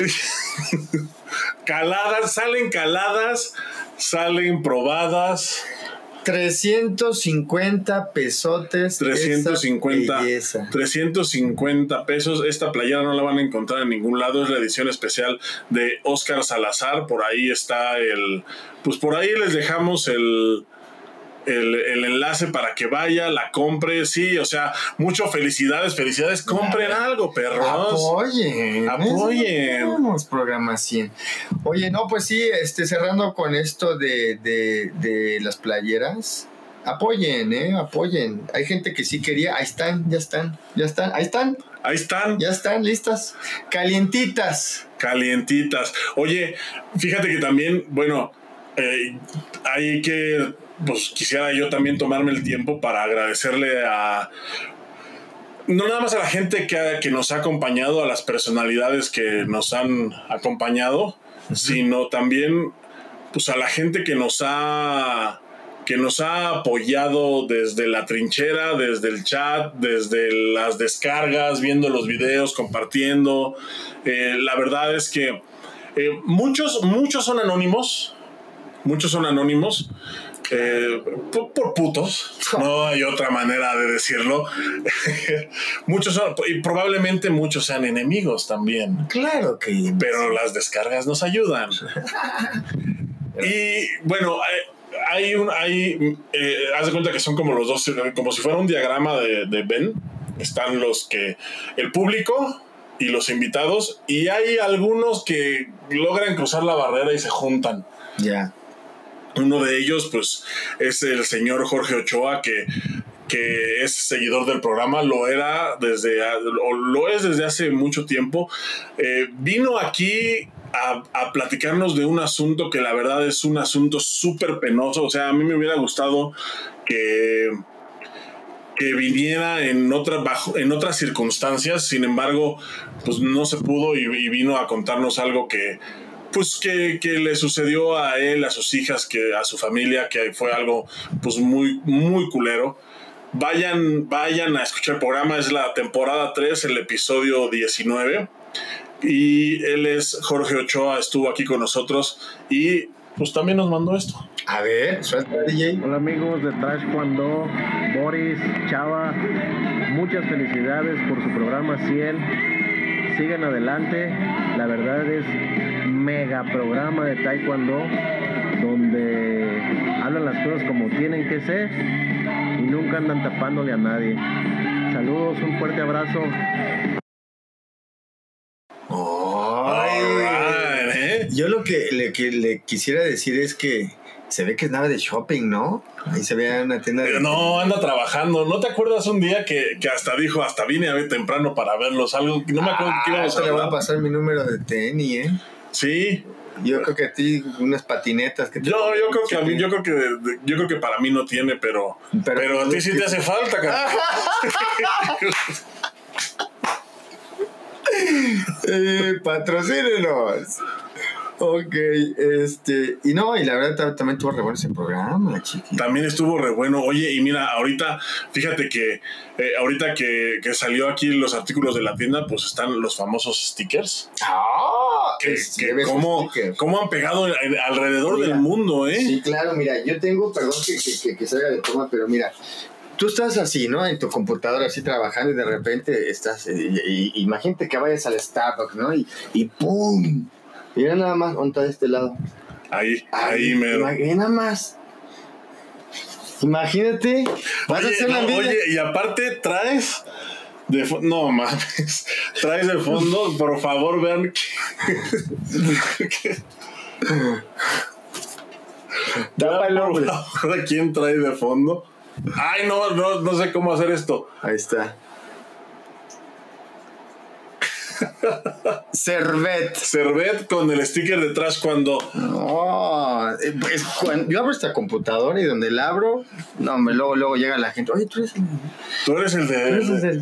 Salen probadas. 350 pesotes. 350 pesos. Esta playera no la van a encontrar en ningún lado. Es la edición especial de Oscar Salazar. Por ahí está pues por ahí les dejamos el enlace para que vaya, la compre. Sí, o sea, felicidades, compren algo, perros. Apoyen. Vamos, programa 100. Oye, no, pues sí, cerrando con esto de las playeras, apoyen. Hay gente que sí quería, ahí están, ya están, ya están listas, calientitas. Oye, fíjate que también, bueno, hay que, pues quisiera yo también tomarme el tiempo para agradecerle no nada más a la gente que nos ha acompañado, a las personalidades que nos han acompañado, sino también pues a la gente que nos ha apoyado desde la trinchera, desde el chat, desde las descargas, viendo los videos, compartiendo. La verdad es que muchos son anónimos. Por putos, no hay otra manera de decirlo. Muchos son, y probablemente muchos sean enemigos también. Claro que. Pero las descargas nos ayudan. Y bueno, haz de cuenta que son como los dos, como si fuera un diagrama de Venn. Están el público y los invitados, y hay algunos que logran cruzar la barrera y se juntan. Ya. Uno de ellos, pues, es el señor Jorge Ochoa, que es seguidor del programa, lo es desde hace mucho tiempo. Vino aquí a platicarnos de un asunto que la verdad es un asunto súper penoso. O sea, a mí me hubiera gustado que viniera en otras circunstancias. Sin embargo, pues no se pudo, y vino a contarnos algo que le sucedió a él, a sus hijas, a su familia, que fue algo pues muy, muy culero. Vayan a escuchar el programa. Es la temporada 3, el episodio 19, y él es Jorge Ochoa. Estuvo aquí con nosotros y pues también nos mandó esto. A ver, suelta, DJ. Hola amigos de Trash Cuando, Boris, Chava, muchas felicidades por su programa 100. Sigan adelante. La verdad es mega programa de Taekwondo, donde hablan las cosas como tienen que ser y nunca andan tapándole a nadie. Saludos, un fuerte abrazo. Yo lo que le quisiera decir es que se ve que es nada de shopping, ¿no? Ahí se ve una tienda de... No, anda trabajando. ¿No te acuerdas un día que hasta dijo, hasta vine a ver temprano para verlos? Algo que no me acuerdo qué íbamos a hablar. Le voy a pasar mi número de tenis, ¿eh? Sí. Yo creo que a ti unas patinetas que yo creo que para mí no tiene, pero a ti sí te hace falta, cara. Patrocínenos. Ok, y la verdad también estuvo re bueno ese programa, chiqui. También estuvo re bueno. Oye, y mira, ahorita, fíjate que ahorita que salió aquí los artículos de la tienda, pues están los famosos stickers. ¿Cómo han pegado alrededor del mundo, eh? Sí, claro, mira, yo tengo, perdón que salga de toma, pero mira, tú estás así, ¿no? En tu computadora así trabajando, y de repente estás, imagínate que vayas al Starbucks, ¿no? Y ¡pum! Mira nada más, ¿dónde está de este lado? Ahí mero. Nada más. Imagínate. Vas a hacer la vida. Oye, y aparte traes no mames. Traes de fondo, por favor, vean. Tapa el nombre. ¿De quién trae de fondo? Ay, no sé cómo hacer esto. Ahí está. Servet con el sticker de Trash Cuando. No, pues yo abro esta computadora y donde la abro, no, luego llega la gente. Oye, tú eres el de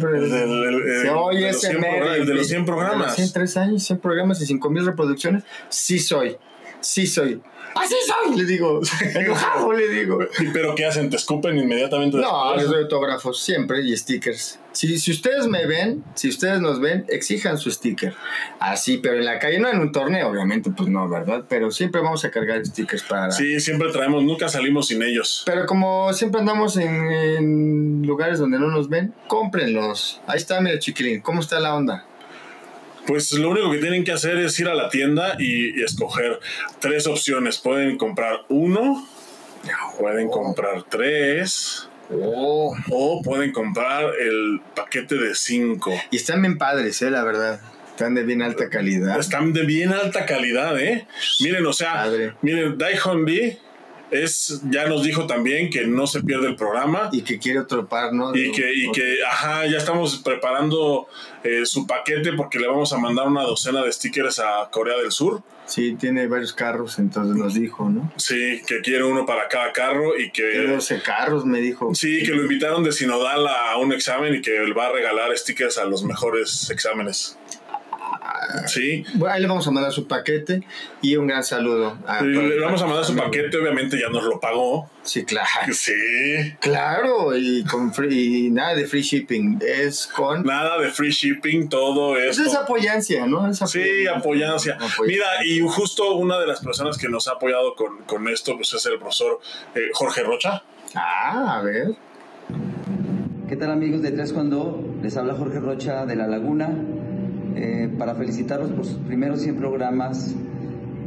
los 100 programas. 103 años, 100 programas y 5,000 reproducciones. Sí soy. ¡Así soy! Le digo, enojado le digo. ¿Pero qué hacen? ¿Te escupen inmediatamente? No, les doy autógrafos siempre y stickers. Si ustedes me ven, si ustedes nos ven, exijan su sticker. Así, pero en la calle, no en un torneo, obviamente, pues no, ¿verdad? Pero siempre vamos a cargar stickers para... Sí, siempre traemos, nunca salimos sin ellos. Pero como siempre andamos en lugares donde no nos ven, cómprenlos. Ahí está, mira, chiquilín, ¿cómo está la onda? Pues lo único que tienen que hacer es ir a la tienda y escoger 3 opciones. Pueden comprar 1, pueden comprar 3, o pueden comprar el paquete de 5. Y están bien padres, la verdad. Están de bien alta calidad. Están de bien alta calidad, Miren, o sea, miren, Daihon Lee ya nos dijo también que no se pierde el programa. Y que quiere otro par, ¿no? Y que ya estamos preparando su paquete porque le vamos a mandar una docena de stickers a Corea del Sur. Sí, tiene varios carros, entonces nos dijo, ¿no? Sí, que quiere uno para cada carro y que... 12 carros, me dijo. Sí, que lo invitaron de Sinodal a un examen y que él va a regalar stickers a los mejores exámenes. Sí. Bueno, ahí le vamos a mandar su paquete y un gran saludo. Le vamos a mandar su paquete, obviamente ya nos lo pagó. Sí, claro. Sí. Claro, y nada de free shipping. Nada de free shipping, todo esto. Es apoyancia, ¿no? Sí, apoyancia. Mira, y justo una de las personas que nos ha apoyado con esto, pues es el profesor Jorge Rocha. A ver. ¿Qué tal, amigos de Tres Cuando? Les habla Jorge Rocha de La Laguna. Para felicitarlos por sus primeros 100 programas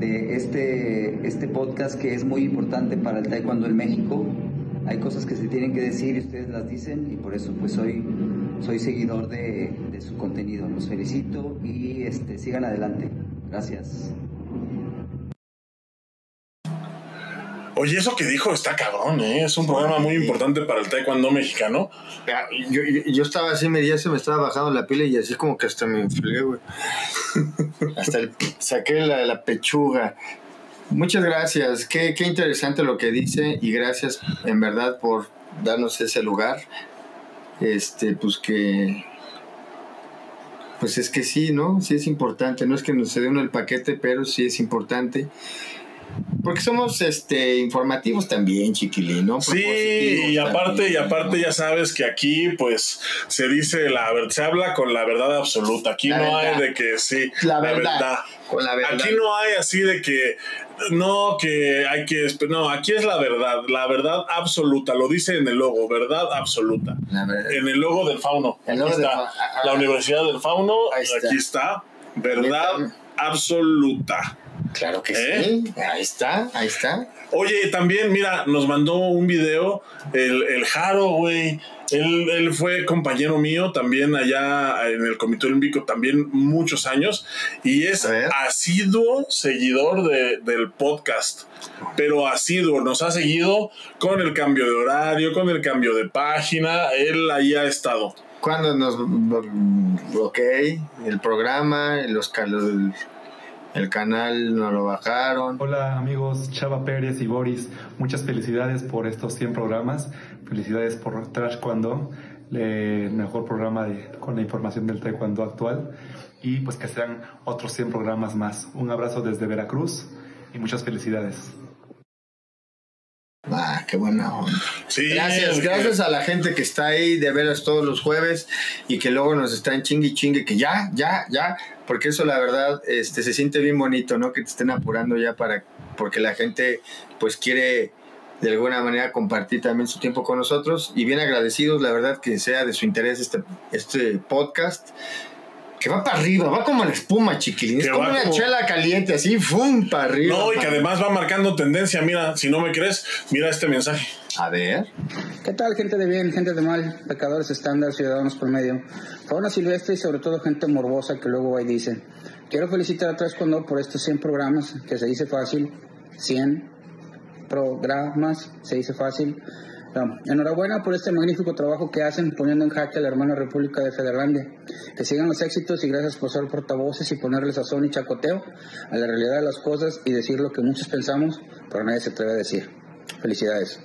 de este podcast que es muy importante para el taekwondo en México. Hay cosas que se tienen que decir y ustedes las dicen, y por eso pues soy seguidor de su contenido. Los felicito y sigan adelante. Gracias. Oye, eso que dijo está cabrón, ¿eh? Es un programa muy importante para el taekwondo mexicano. Yo estaba así, se me estaba bajando la pila y así como que hasta me enfrié, güey. Saqué la pechuga. Muchas gracias. Qué interesante lo que dice, y gracias en verdad por darnos ese lugar. Pues es que sí, ¿no? Sí es importante. No es que nos se dé uno el paquete, pero sí es importante. Porque somos informativos también, chiquilín, ¿no? Sí, y aparte ya sabes que aquí pues se dice se habla con la verdad absoluta. Aquí no hay de que sí, la verdad. Con la verdad. Aquí no hay así de que no, que hay que... No, aquí es la verdad absoluta. Lo dice en el logo, verdad absoluta. En el logo del Fauno. Aquí está. La Universidad del Fauno, aquí está. Verdad absoluta. Claro que sí. Ahí está. Oye, también, mira, nos mandó un video el Jaro, güey. Él fue compañero mío también allá en el Comité Olímpico también muchos años, y es asiduo seguidor del podcast, pero asiduo, nos ha seguido con el cambio de horario, con el cambio de página, él ahí ha estado. Cuando el programa, el canal nos lo bajaron. Hola amigos, Chava Pérez y Boris, muchas felicidades por estos 100 programas, felicidades por Trash Kwando, el mejor programa con la información del taekwondo actual, y pues que sean otros 100 programas más. Un abrazo desde Veracruz y muchas felicidades. Qué buena onda. Sí, gracias a la gente que está ahí de veras todos los jueves y que luego nos están chingue que ya, porque eso la verdad se siente bien bonito, ¿no? Que te estén apurando ya porque la gente pues quiere de alguna manera compartir también su tiempo con nosotros, y bien agradecidos, la verdad, que sea de su interés este podcast. Que va para arriba, va como la espuma, chiquilín. Es como una chela caliente, así, ¡fum! Para arriba. No, y que además va marcando tendencia. Mira, si no me crees, mira este mensaje. A ver. ¿Qué tal, gente de bien, gente de mal, pecadores estándar, ciudadanos promedio? Fauna silvestre y sobre todo gente morbosa que luego ahí dice: quiero felicitar a Trash Kwando por estos 100 programas, que se dice fácil. 100 programas, se dice fácil. Enhorabuena por este magnífico trabajo que hacen poniendo en jaque a la hermana República de Federlandia. Que sigan los éxitos y gracias por ser portavoces y ponerle sazón y chacoteo a la realidad de las cosas y decir lo que muchos pensamos, pero nadie se atreve a decir. Felicidades.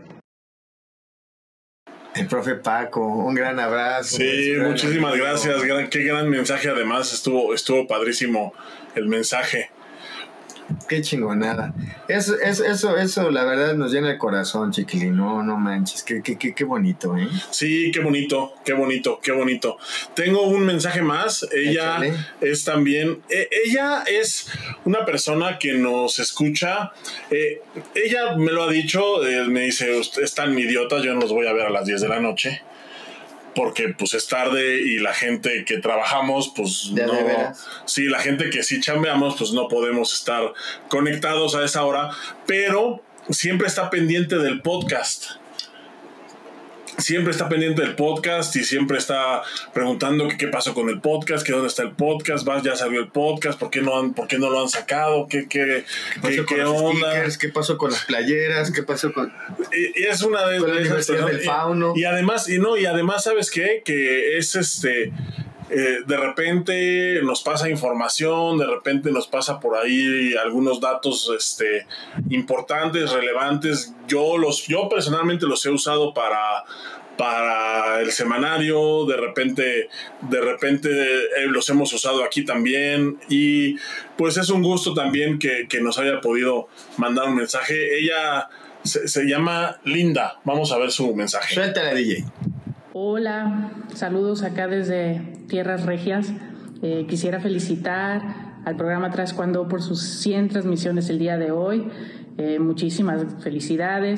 El profe Paco, un gran abrazo. Sí, muchísimas gracias. Qué gran mensaje, además estuvo padrísimo el mensaje. Qué chingonada. Eso la verdad nos llena el corazón, chiquilín. No manches, qué bonito, ¿eh? Sí, qué bonito. Tengo un mensaje más. Ella es también, ella es una persona que nos escucha. Ella me lo ha dicho, me dice: es tan idiota, yo no los voy a ver a las 10 de la noche. Porque pues es tarde y la gente que trabajamos pues no, sí, la gente que sí chambeamos pues no podemos estar conectados a esa hora, pero siempre está pendiente del podcast. Siempre está pendiente del podcast y siempre está preguntando qué pasó con el podcast, que dónde está el podcast, ya salió el podcast, ¿por qué no lo han sacado? ¿Qué onda? Stickers, ¿qué pasó con las playeras? ¿Qué pasó con...? Y es una de la Universidad del Fauno. Y además, ¿sabes qué? Que es de repente nos pasa información, de repente nos pasa por ahí algunos datos importantes, relevantes. Yo personalmente los he usado para el semanario, de repente los hemos usado aquí también, y pues es un gusto también que nos haya podido mandar un mensaje. Ella se llama Linda. Vamos a ver su mensaje. Suéltala, DJ. Hola, saludos acá desde Tierras Regias. Quisiera felicitar al programa Trash Kwando por sus 100 transmisiones el día de hoy. Muchísimas felicidades.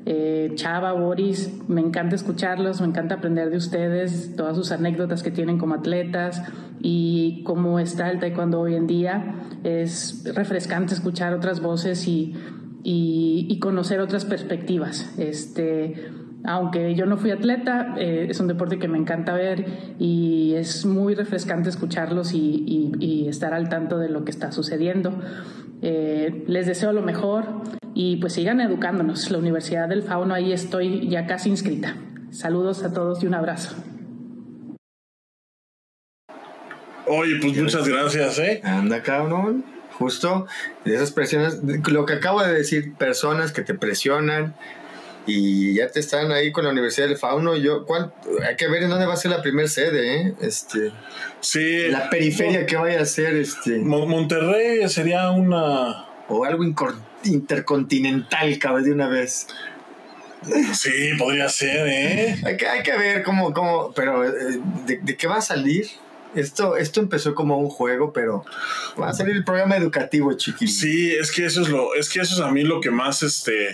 Chava, Boris, me encanta escucharlos, me encanta aprender de ustedes, todas sus anécdotas que tienen como atletas y cómo está el taekwondo hoy en día. Es refrescante escuchar otras voces y conocer otras perspectivas. Aunque yo no fui atleta, es un deporte que me encanta ver y es muy refrescante escucharlos y estar al tanto de lo que está sucediendo. Les deseo lo mejor y pues sigan educándonos. La Universidad del Fauno, ahí estoy ya casi inscrita. Saludos a todos y un abrazo. Oye, pues muchas gracias, Anda, cabrón. Justo de esas presiones, lo que acabo de decir, personas que te presionan y ya te están ahí con la Universidad del Fauno. Hay que ver en dónde va a ser la primera sede, sí, la periferia que vaya a ser, Monterrey sería una o algo intercontinental, cabrón, de una vez. Sí, podría ser, Hay que ver cómo pero de qué va a salir. Esto empezó como un juego, pero va a salir el programa educativo, chiquillo. Sí, es que eso es a mí lo que más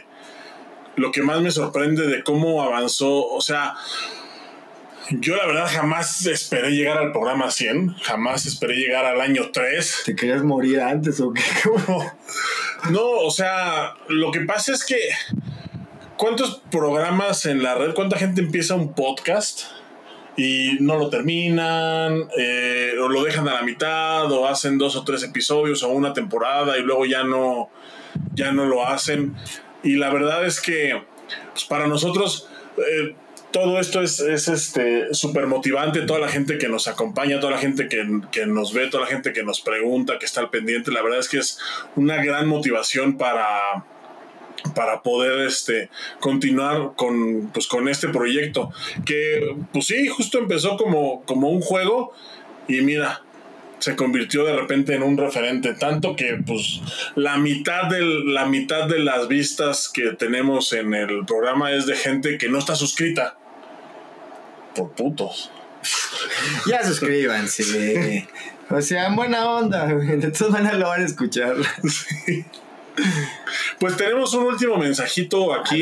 me sorprende de cómo avanzó. O sea, yo la verdad jamás esperé llegar al programa 100, jamás esperé llegar al año 3. ¿Te querías morir antes o qué? No, o sea, lo que pasa es que ¿cuántos programas en la red, cuánta gente empieza un podcast y no lo terminan, o lo dejan a la mitad, o hacen 2 o 3 episodios o una temporada y luego ya no lo hacen? Y la verdad es que pues para nosotros todo esto es súper motivante. Toda la gente que nos acompaña, toda la gente que nos ve, toda la gente que nos pregunta, que está al pendiente, la verdad es que es una gran motivación para poder continuar con este proyecto, que pues sí, justo empezó como un juego y mira, se convirtió de repente en un referente, tanto que pues la mitad de las vistas que tenemos en el programa es de gente que no está suscrita. Por putos. Ya suscríbanse. O sea, en buena onda, de todas maneras lo van a escuchar. Sí. Pues tenemos un último mensajito aquí.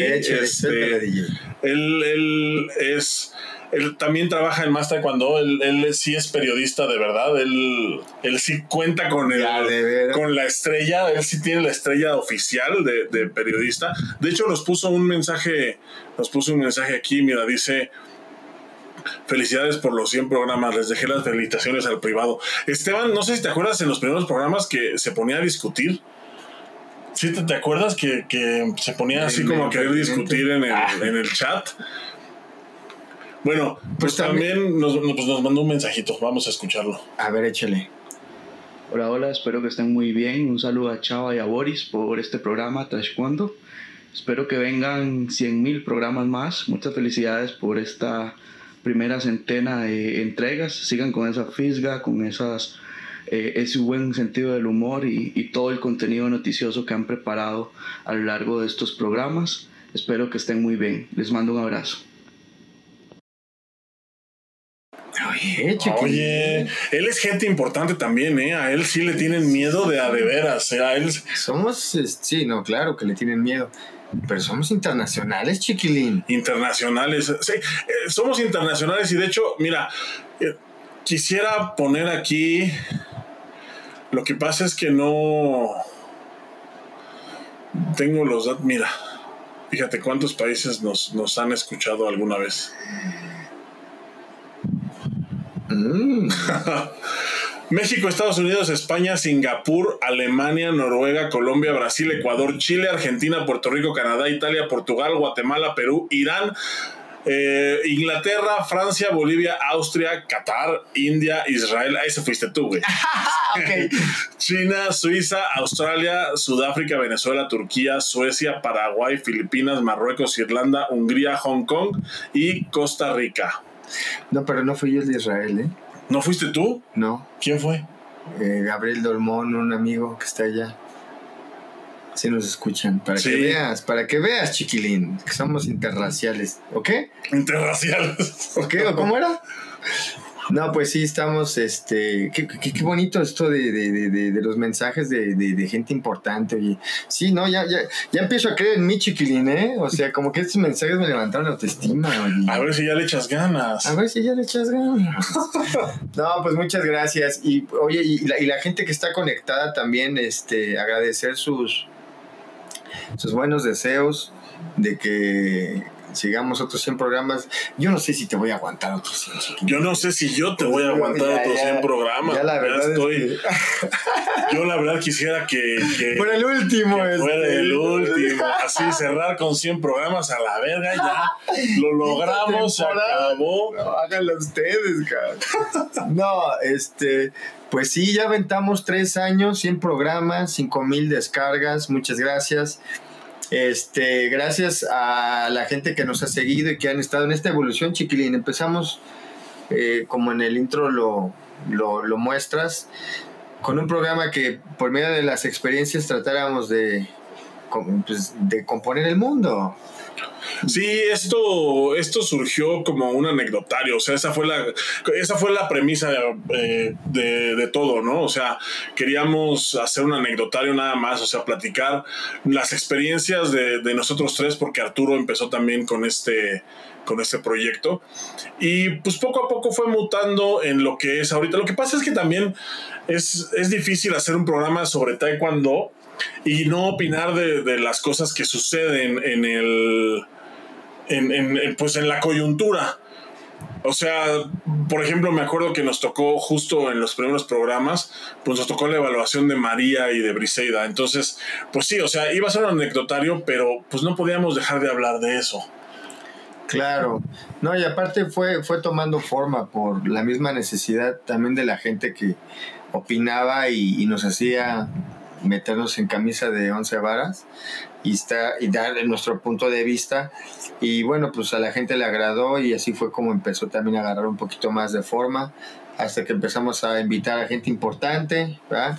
Él también trabaja en Más Taekwondo. Él sí es periodista de verdad. Él sí cuenta con la estrella. Él sí tiene la estrella oficial de periodista. De hecho, nos puso un mensaje aquí. Mira, dice: felicidades por los 100 programas. Les dejé las felicitaciones al privado. Esteban, no sé si te acuerdas en los primeros programas que se ponía a discutir. ¿Sí te acuerdas que se ponía así como a querer discutir en el chat? Bueno, pues también nos mandó un mensajito. Vamos a escucharlo. A ver, échale. Hola, espero que estén muy bien. Un saludo a Chava y a Boris por este programa Taekwondo. Espero que vengan 100,000 programas más. Muchas felicidades por esta primera centena de entregas. Sigan con esa fisga, con ese buen sentido del humor y todo el contenido noticioso que han preparado a lo largo de estos programas. Espero que estén muy bien. Les mando un abrazo. Oye, él es gente importante también, A él sí le tienen miedo de veras, a él... Somos, sí, no, claro que le tienen miedo. Pero somos internacionales, chiquilín. Internacionales, sí, somos internacionales. Y de hecho, mira, quisiera poner aquí... Lo que pasa es que no tengo los datos. Mira, fíjate cuántos países nos han escuchado alguna vez. México, Estados Unidos, España, Singapur, Alemania, Noruega, Colombia, Brasil, Ecuador, Chile, Argentina, Puerto Rico, Canadá, Italia, Portugal, Guatemala, Perú, Irán, Inglaterra, Francia, Bolivia, Austria, Qatar, India, Israel. Ahí se fuiste tú, güey. Okay. China, Suiza, Australia, Sudáfrica, Venezuela, Turquía, Suecia, Paraguay, Filipinas, Marruecos, Irlanda, Hungría, Hong Kong y Costa Rica. No, pero no fui yo el de Israel, ¿No fuiste tú? No. ¿Quién fue? Gabriel Dolmón, un amigo que está allá. Sí nos escuchan. Para que veas, chiquilín, que somos interraciales. ¿O qué? Interraciales. ¿O qué? ¿O cómo era? No, pues sí, estamos, qué bonito esto de los mensajes de gente importante, oye. Sí, no, ya empiezo a creer en mí, chiquilín, ¿eh? O sea, como que estos mensajes me levantaron la autoestima, oye. A ver si ya le echas ganas. No, pues muchas gracias. Y, oye, y la gente que está conectada también, agradecer sus buenos deseos de que sigamos otros 100 programas. Yo no sé si te voy a aguantar otros 100. Yo no sé si yo te voy a aguantar otros 100 programas. Ya la verdad estoy. Yo la verdad quisiera que fuera el último. Fuera el último. Así cerrar con 100 programas a la verga. Ya lo logramos. Se acabó. No, háganlo ustedes, cabrón. No, pues sí, ya aventamos 3 años, 100 programas, 5,000 descargas. Muchas gracias. Gracias a la gente que nos ha seguido y que han estado en esta evolución, chiquilín. Empezamos, como en el intro lo muestras, con un programa que por medio de las experiencias tratáramos de componer el mundo. Sí, esto surgió como un anecdotario, o sea, esa fue la premisa de todo, ¿no? O sea, queríamos hacer un anecdotario nada más, o sea, platicar las experiencias de nosotros tres, porque Arturo empezó también con este proyecto, y pues poco a poco fue mutando en lo que es ahorita. Lo que pasa es que también es difícil hacer un programa sobre taekwondo y no opinar de las cosas que suceden en la coyuntura. O sea, por ejemplo, me acuerdo que nos tocó justo en los primeros programas, pues nos tocó la evaluación de María y de Briseida. Entonces, pues sí, o sea, iba a ser un anecdotario, pero pues no podíamos dejar de hablar de eso. Claro, no, y aparte fue tomando forma por la misma necesidad también de la gente que opinaba y nos hacía meternos en camisa de 11 varas y dar nuestro punto de vista. Y bueno, pues a la gente le agradó y así fue como empezó también a agarrar un poquito más de forma, hasta que empezamos a invitar a gente importante, ¿verdad?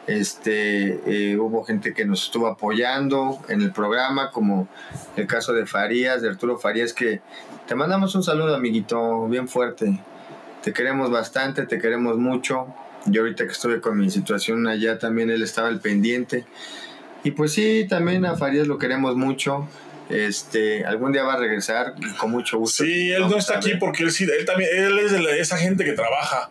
Hubo gente que nos estuvo apoyando en el programa, como el caso de Arturo Farías, que te mandamos un saludo, amiguito, bien fuerte. Te queremos bastante, te queremos mucho. Yo ahorita que estuve con mi situación allá, también él estaba al pendiente. Y pues sí, también a Farías lo queremos mucho. Algún día va a regresar y con mucho gusto. Sí, él no está aquí porque él es de esa gente que trabaja.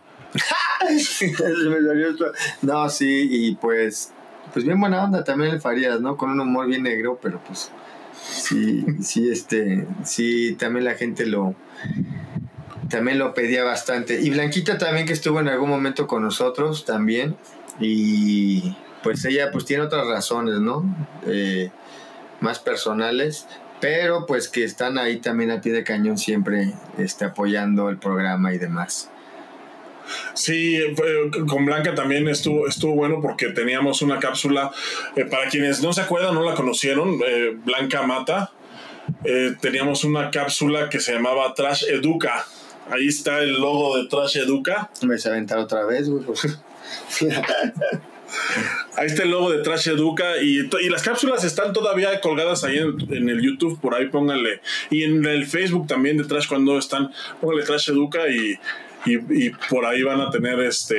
No, sí, y pues bien buena onda también el Farías, ¿no? Con un humor bien negro, pero pues sí, también la gente también lo pedía bastante. Y Blanquita también, que estuvo en algún momento con nosotros también, y pues ella pues tiene otras razones, ¿no? Más personales, pero pues que están ahí también al pie de cañón siempre apoyando el programa y demás. Sí, con Blanca también estuvo bueno porque teníamos una cápsula, para quienes no se acuerdan, no la conocieron, Blanca Mata, teníamos una cápsula que se llamaba Trash Educa. Ahí está el logo de Trash Educa. Me voy a aventar otra vez, güey. Ahí está el logo de Trash Educa y las cápsulas están todavía colgadas ahí en el YouTube, por ahí pónganle, y en el Facebook también de Trash cuando están, pónganle Trash Educa y por ahí van a tener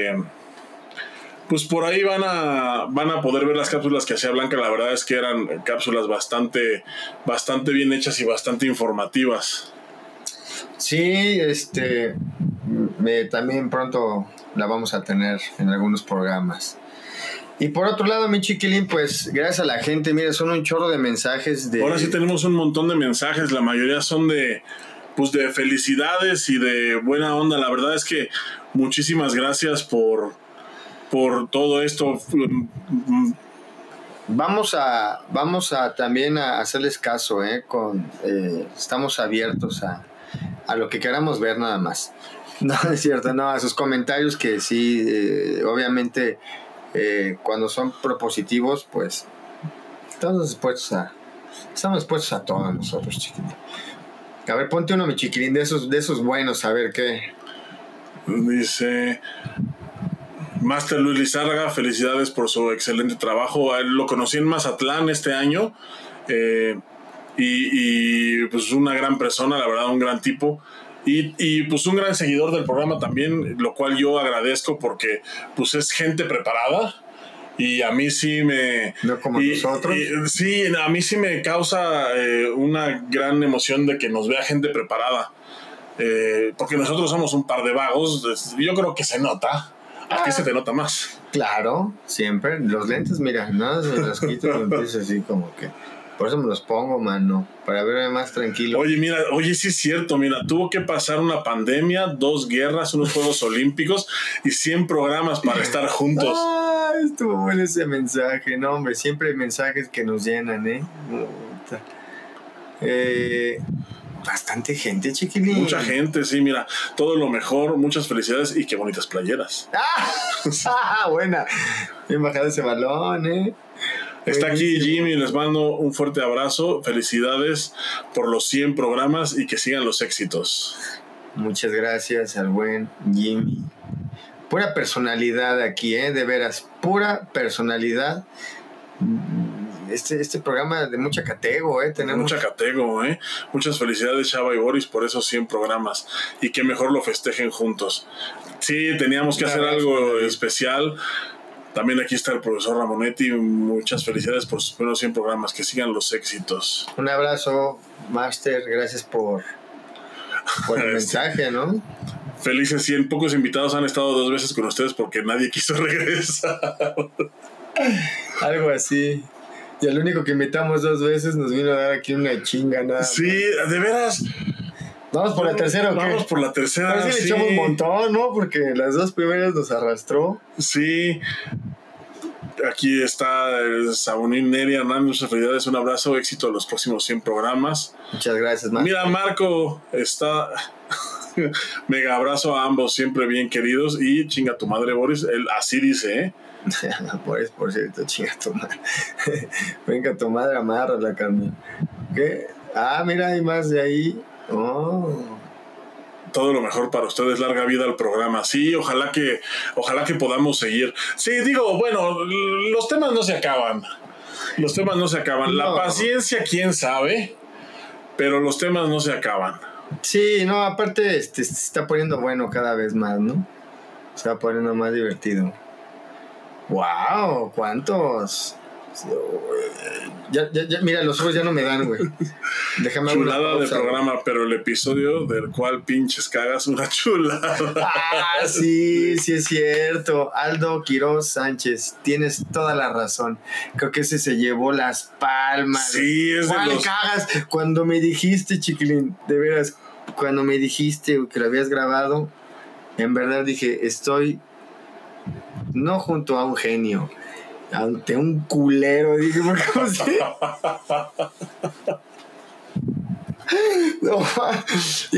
pues por ahí van a poder ver las cápsulas que hacía Blanca. La verdad es que eran cápsulas bastante bien hechas y bastante informativas. Sí, también pronto la vamos a tener en algunos programas. Y por otro lado, mi chiquilín, pues gracias a la gente, mira, son un chorro de mensajes Ahora sí tenemos un montón de mensajes, la mayoría son de felicidades y de buena onda. La verdad es que muchísimas gracias por todo esto. Vamos a también a hacerles caso, estamos abiertos a lo que queramos ver nada más. No, es cierto, no, a sus comentarios que sí, obviamente, cuando son propositivos, pues estamos dispuestos a todo nosotros, chiquilín. A ver, ponte uno, mi chiquilín, de esos buenos, a ver qué. Dice Master Luis Lizárraga, felicidades por su excelente trabajo. Lo conocí en Mazatlán este año, y pues una gran persona, la verdad, un gran tipo. Y pues un gran seguidor del programa también, lo cual yo agradezco porque pues es gente preparada. Y a mí sí me... No como nosotros. Sí, a mí sí me causa una gran emoción de que nos vea gente preparada. Porque nosotros somos un par de vagos. Yo creo que se nota. ¿A qué se te nota más? Claro, siempre. Los lentes, mira, nada, me los quito y me empiezo así como que... Por eso me los pongo, mano, para verme más tranquilo. Oye, sí es cierto, mira, tuvo que pasar una pandemia, 2 guerras, unos Juegos Olímpicos y 100 programas para estar juntos. Estuvo bueno ese mensaje, no, hombre, siempre hay mensajes que nos llenan, bastante gente, chiquilín. Mucha gente, sí, mira, todo lo mejor, muchas felicidades y qué bonitas playeras. Buena, bien bajado ese balón, Está aquí Jimmy, les mando un fuerte abrazo, felicidades por los 100 programas y que sigan los éxitos. Muchas gracias al buen Jimmy. Pura personalidad aquí, de veras, pura personalidad. Este programa de mucha catego, tenemos mucha catego, Muchas felicidades, Chava y Boris, por esos 100 programas y que mejor lo festejen juntos. Sí, teníamos que hacer algo especial. También aquí está el profesor Ramonetti. Muchas felicidades por sus primeros 100 programas. Que sigan los éxitos. Un abrazo, Master. Gracias por el mensaje, ¿no? Felices 100. Pocos invitados han estado 2 veces con ustedes porque nadie quiso regresar. Algo así. Y al único que invitamos 2 veces nos vino a dar aquí una chinga, nada. Sí, de veras. ¿Vamos por la tercera o qué? Vamos por la tercera. Parece que le echamos un montón, ¿no? Porque las 2 primeras nos arrastró. Sí. Aquí está Sabonín Neri Hernández. Muchas felicidades, un abrazo, éxito a los próximos 100 programas. Muchas gracias, Marco. Mira, Marco está... Mega abrazo a ambos, siempre bien queridos. Y chinga tu madre, Boris. Él así dice, Boris, por cierto, chinga tu madre. Venga, tu madre, amarra la carne. ¿Qué? Mira, hay más de ahí. Todo lo mejor para ustedes, larga vida al programa. Sí, ojalá que podamos seguir. Sí, digo, bueno, los temas no se acaban. La paciencia, quién sabe, pero los temas no se acaban. Sí, no, aparte se está poniendo bueno cada vez más, ¿no? Se va poniendo más divertido. ¡Wow! ¿Cuántos? Ya, mira, los ojos ya no me dan, güey. Déjame chulada de programa, pero el episodio del cual pinches cagas una chulada. Sí, es cierto. Aldo Quiroz Sánchez, tienes toda la razón. Creo que ese se llevó las palmas. Sí, es de los... cagas? Cuando me dijiste, chiquilín, de veras, cuando me dijiste que lo habías grabado, en verdad dije, estoy no junto a un genio, ante un culero, dije, ¿cómo se? No, y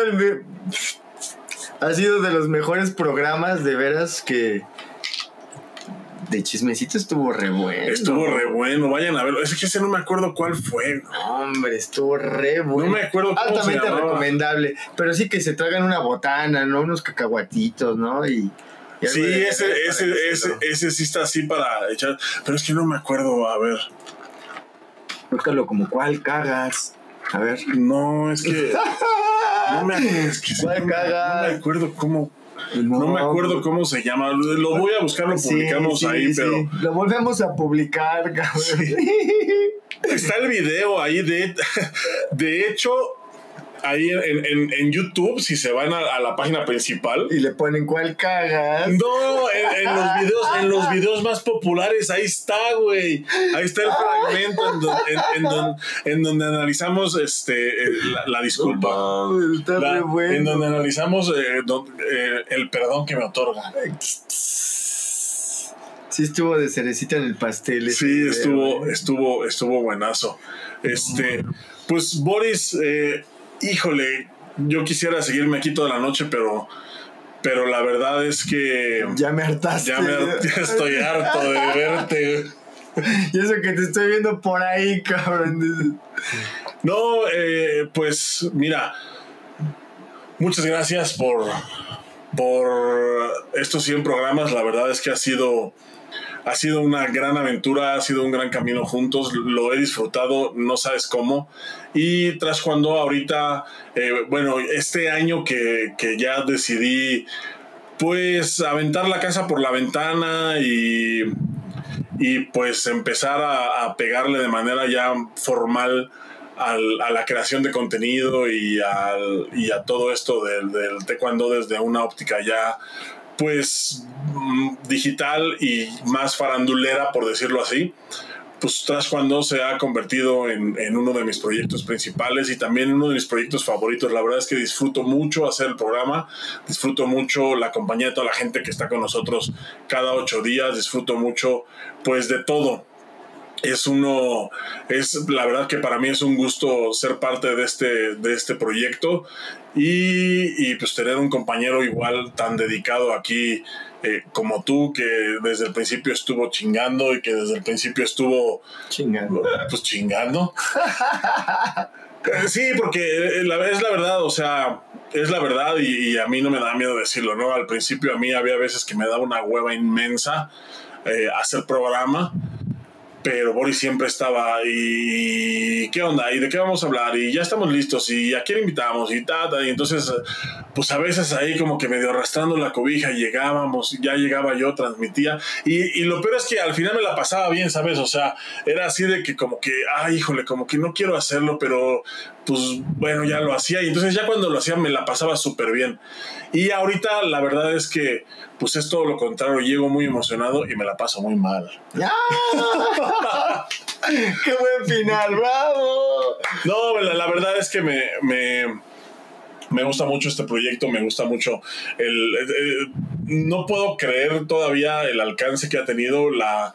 ha sido de los mejores programas, de veras, que de chismecito estuvo re bueno. Vayan a verlo. Es que ese no me acuerdo cuál fue. Hombre, estuvo re bueno. No me acuerdo cómo altamente se llamaba. Recomendable. Pero sí que se tragan una botana, ¿no? Unos cacahuatitos, ¿no? Y sí, ese sí está así para echar. Pero es que no me acuerdo, a ver. Búscalo como ¿cuál cagas? A ver. No, es que... no me acuerdo cómo... No me acuerdo cómo se llama. Lo voy a buscar, lo publicamos ahí, pero... Sí. Lo volvemos a publicar, cabrón. Sí. Está el video ahí de hecho... Ahí en YouTube, si se van a la página principal y le ponen ¿cuál cagas? No, en los videos más populares, ahí está, güey. Ahí está el fragmento en donde analizamos la disculpa. No, está re bueno. En donde analizamos el perdón que me otorga. Sí, estuvo de cerecita en el pastel. Sí, estuvo buenazo. Pues Boris, híjole, yo quisiera seguirme aquí toda la noche, pero la verdad es que... Ya me hartaste. Ya estoy harto de verte. Y eso que te estoy viendo por ahí, cabrón. No, pues mira, muchas gracias por estos 100 programas. La verdad es que ha sido ha sido una gran aventura, ha sido un gran camino juntos, lo he disfrutado, no sabes cómo. Y tras cuando ahorita, bueno, este año que ya decidí pues aventar la casa por la ventana y pues empezar a pegarle de manera ya formal a la creación de contenido y a todo esto del taekwondo desde una óptica ya pues digital y más farandulera, por decirlo así. Pues Trash Cuando se ha convertido en uno de mis proyectos principales y también uno de mis proyectos favoritos. La verdad es que disfruto mucho hacer el programa, disfruto mucho la compañía de toda la gente que está con nosotros cada 8 días, disfruto mucho pues de todo. La verdad que para mí es un gusto ser parte de este proyecto y pues tener un compañero igual tan dedicado aquí como tú, que desde el principio estuvo chingando y que desde el principio estuvo chingando. Sí, porque es la verdad, o sea, es la verdad y a mí no me da miedo decirlo, ¿no? Al principio a mí había veces que me daba una hueva inmensa hacer programa, pero Boris siempre estaba y ¿qué onda? ¿Y de qué vamos a hablar? Y ya estamos listos y a quién invitamos y y entonces pues a veces ahí como que medio arrastrando la cobija llegábamos, ya llegaba yo, transmitía y lo peor es que al final me la pasaba bien, ¿sabes? O sea, era así de que como que, híjole, como que no quiero hacerlo, pero pues bueno, ya lo hacía y entonces ya cuando lo hacía me la pasaba súper bien. Y ahorita la verdad es que pues es todo lo contrario, llego muy emocionado y me la paso muy mal. ¡Qué buen final! ¡Bravo! No, la verdad es que me gusta mucho este proyecto, me gusta mucho no puedo creer todavía el alcance que ha tenido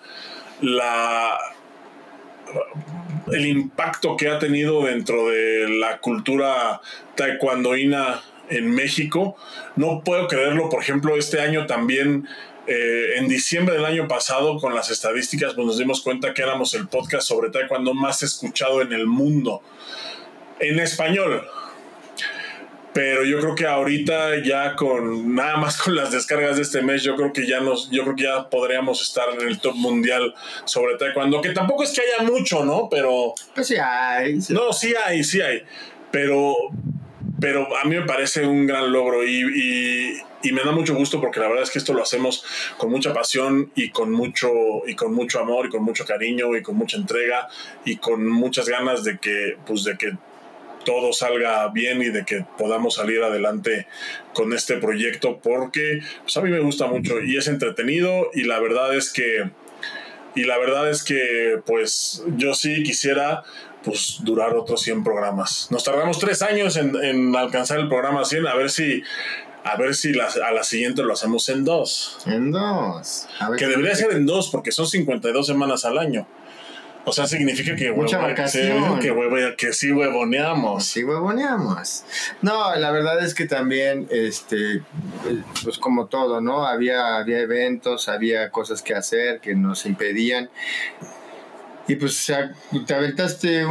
el impacto que ha tenido dentro de la cultura taekwondoína en México. No puedo creerlo. Por ejemplo, este año también, en diciembre del año pasado, con las estadísticas, pues nos dimos cuenta que éramos el podcast sobre taekwondo más escuchado en el mundo, en español. Pero yo creo que ahorita ya nada más con las descargas de este mes, yo creo que ya podríamos estar en el top mundial sobre taekwondo, que tampoco es que haya mucho, ¿no? Pero pues sí hay. Sí. No, sí hay. Pero a mí me parece un gran logro y me da mucho gusto porque la verdad es que esto lo hacemos con mucha pasión y con mucho amor y con mucho cariño y con mucha entrega y con muchas ganas de que todo salga bien y de que podamos salir adelante con este proyecto, porque pues a mí me gusta mucho y es entretenido y la verdad es que pues yo sí quisiera pues durar otros 100 programas. Nos tardamos 3 años en alcanzar el programa 100, a ver si a la siguiente lo hacemos en 2. En 2. Que debería ser en 2 porque son 52 semanas al año. O sea, significa que mucha vacación. Que sí huevoneamos. Sí huevoneamos. No, la verdad es que también, pues como todo, ¿no? Había eventos, había cosas que hacer que nos impedían. Y pues te aventaste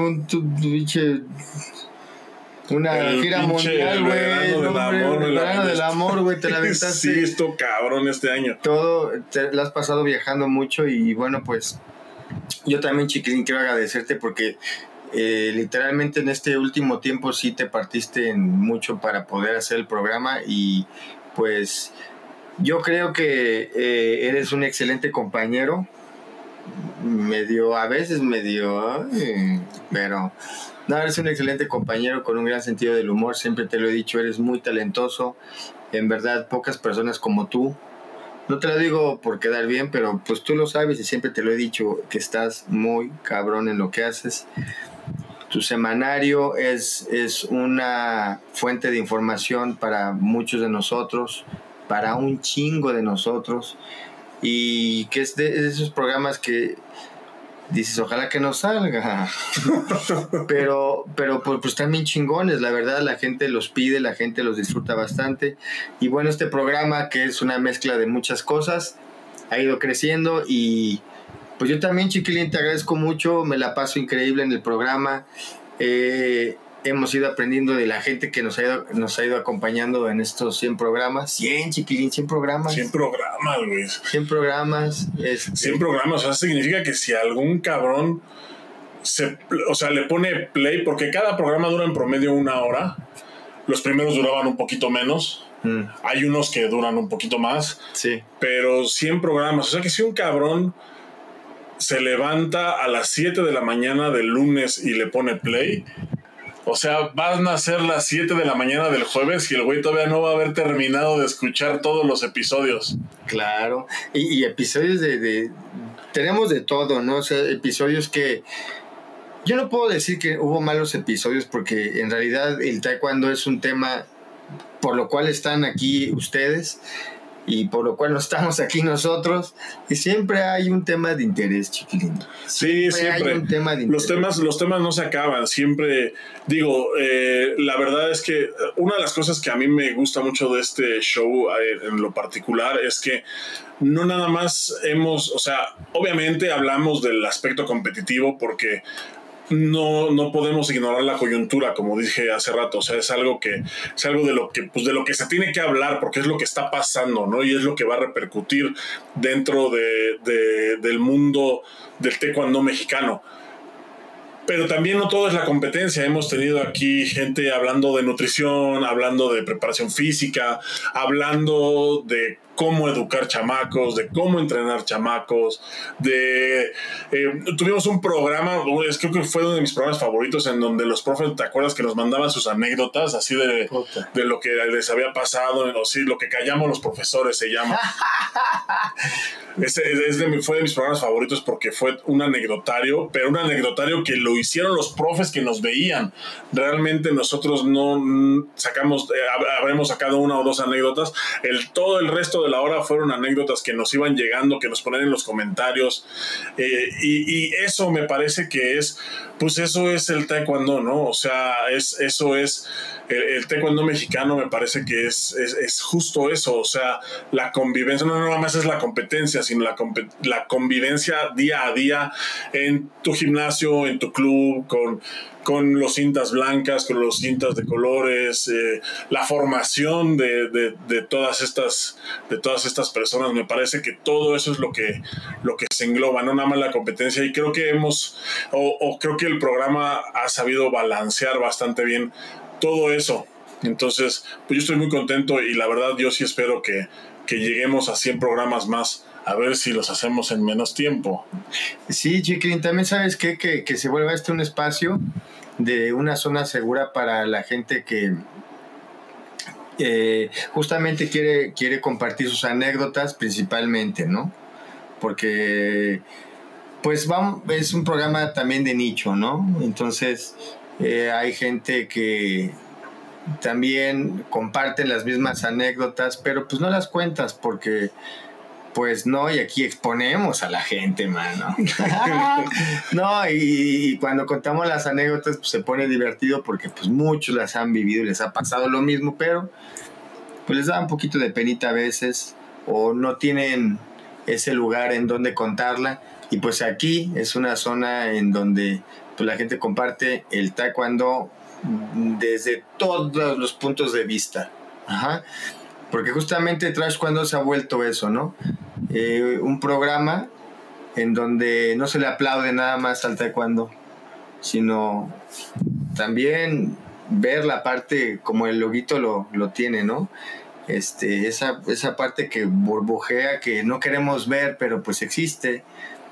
una gira mundial, güey. El verano del amor, güey. Te la aventaste. Sí, esto cabrón este año. Todo, te la has pasado viajando mucho y bueno, pues yo también, Chiquilín, quiero agradecerte porque literalmente en este último tiempo sí te partiste en mucho para poder hacer el programa y pues yo creo que eres un excelente compañero, a veces pero no, eres un excelente compañero con un gran sentido del humor, siempre te lo he dicho, eres muy talentoso, en verdad pocas personas como tú. No te lo digo por quedar bien, pero pues tú lo sabes y siempre te lo he dicho, que estás muy cabrón en lo que haces. Tu semanario es una fuente de información para muchos de nosotros, para un chingo de nosotros, y que es de esos programas que dices, ojalá que no salga. pero pues también chingones, la verdad, la gente los pide, la gente los disfruta bastante. Y bueno, este programa, que es una mezcla de muchas cosas, ha ido creciendo y pues yo también, Chiquilín, te agradezco mucho, me la paso increíble en el programa. hemos ido aprendiendo de la gente que nos ha ido acompañando en estos 100 programas. 100, chiquilín, 100 programas. 100 programas, güey. 100 programas. 100 programas, o sea, significa que si algún cabrón le pone play, porque cada programa dura en promedio 1 hora. Los primeros duraban un poquito menos. Hay unos que duran un poquito más. Sí. Pero 100 programas, o sea que si un cabrón se levanta a las 7 de la mañana del lunes y le pone play, o sea, van a ser las 7 de la mañana del jueves y el güey todavía no va a haber terminado de escuchar todos los episodios. Claro, y episodios tenemos de todo, ¿no? O sea, episodios que yo no puedo decir que hubo malos episodios, porque en realidad el taekwondo es un tema por lo cual están aquí ustedes y por lo cual no estamos aquí nosotros, y siempre hay un tema de interés, chiquilín. Sí, siempre. Hay un tema de interés. Los temas no se acaban, siempre. Digo, la verdad es que una de las cosas que a mí me gusta mucho de este show en lo particular es que no nada más obviamente hablamos del aspecto competitivo, porque no podemos ignorar la coyuntura, como dije hace rato. O sea, es algo de lo que se tiene que hablar, porque es lo que está pasando, ¿no? Y es lo que va a repercutir dentro del mundo del taekwondo mexicano. Pero también no todo es la competencia. Hemos tenido aquí gente hablando de nutrición, hablando de preparación física, hablando de cómo educar chamacos, de cómo entrenar chamacos, tuvimos un programa, creo que fue uno de mis programas favoritos, en donde los profes, ¿te acuerdas que nos mandaban sus anécdotas así de lo que les había pasado, o sí, lo que callamos los profesores se llama? Fue de mis programas favoritos, porque fue un anecdotario, pero un anecdotario que lo hicieron los profes que nos veían. Realmente nosotros no habremos sacado 1 o 2 anécdotas. Todo el resto de la hora fueron anécdotas que nos iban llegando, que nos ponen en los comentarios, y eso me parece que eso es el taekwondo, ¿no? O sea, eso es el taekwondo mexicano. Me parece que es justo eso. O sea, la convivencia no nada más es la competencia, sino la convivencia día a día en tu gimnasio, en tu club, con los cintas blancas, con los cintas de colores, la formación de todas estas personas. Me parece que todo eso es lo que se engloba, no nada más la competencia. Y creo que creo que el programa ha sabido balancear bastante bien todo eso. Entonces, pues yo estoy muy contento, y la verdad yo sí espero que lleguemos a 100 programas más. A ver si los hacemos en menos tiempo. Sí, chiquilín, también sabes que se vuelva un espacio de una zona segura para la gente que justamente quiere compartir sus anécdotas, principalmente, ¿no? Porque pues es un programa también de nicho, ¿no? Entonces hay gente que también comparte las mismas anécdotas, pero pues no las cuentas porque pues no, y aquí exponemos a la gente, mano. No, y cuando contamos las anécdotas, pues se pone divertido, porque pues muchos las han vivido y les ha pasado lo mismo, pero pues les da un poquito de penita a veces, o no tienen ese lugar en donde contarla, y pues aquí es una zona en donde pues la gente comparte el taekwondo desde todos los puntos de vista. Ajá. Porque justamente Trash Cuando se ha vuelto eso, ¿no? Un programa en donde no se le aplaude nada más al taekwondo, sino también ver la parte como el loguito lo tiene, ¿no? Esa parte que burbujea, que no queremos ver, pero pues existe.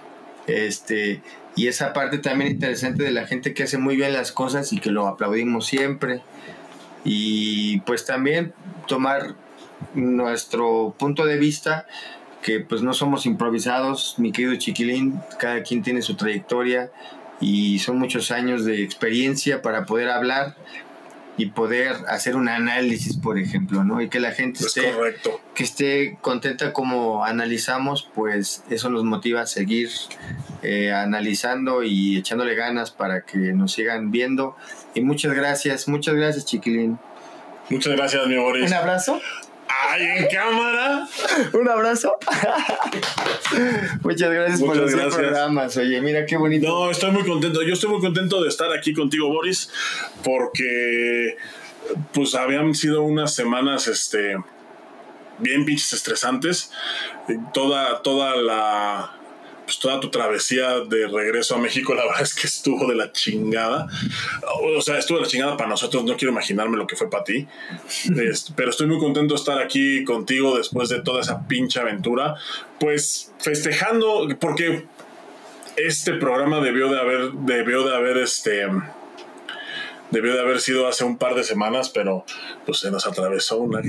Y esa parte también interesante de la gente que hace muy bien las cosas y que lo aplaudimos siempre. Y pues también tomar nuestro punto de vista, que pues no somos improvisados, mi querido chiquilín. Cada quien tiene su trayectoria y son muchos años de experiencia para poder hablar y poder hacer un análisis, por ejemplo, ¿no? Y que la gente esté contenta como analizamos, pues eso nos motiva a seguir analizando y echándole ganas para que nos sigan viendo. Y muchas gracias chiquilín. Muchas gracias, mi Boris. Un abrazo. ¡Ay, en cámara! Un abrazo. Muchas gracias por los programas. Oye, mira qué bonito. No, estoy muy contento. Yo estoy muy contento de estar aquí contigo, Boris, porque pues habían sido unas semanas bien pinches estresantes. Toda tu travesía de regreso a México, la verdad es que estuvo de la chingada. O sea, estuvo de la chingada para nosotros. No quiero imaginarme lo que fue para ti. Pero estoy muy contento de estar aquí contigo después de toda esa pinche aventura. Pues festejando, porque este programa debió de haber sido hace un par de semanas, pero pues se nos atravesó una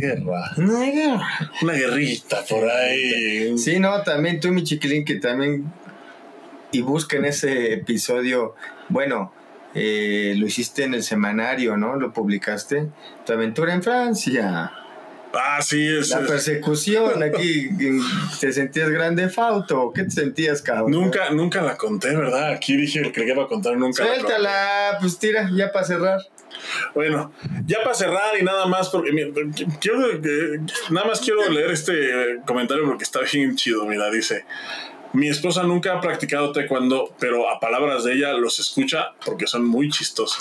guerrita por ahí. Sí, no, también tú, mi chiquilín, que también, y busquen ese episodio, bueno, lo hiciste en el semanario, ¿no? Lo publicaste, tu aventura en Francia. Ah, sí, la persecución aquí. ¿Te sentías grande, Fauto? ¿Qué te sentías, cabrón? Nunca la conté, ¿verdad? Aquí dije que iba a contar, nunca. Suéltala, pues tira, ya para cerrar. Bueno, ya para cerrar y nada más, porque nada más quiero leer este comentario porque está bien chido. Mira, dice: mi esposa nunca ha practicado taekwondo, pero a palabras de ella los escucha porque son muy chistosos.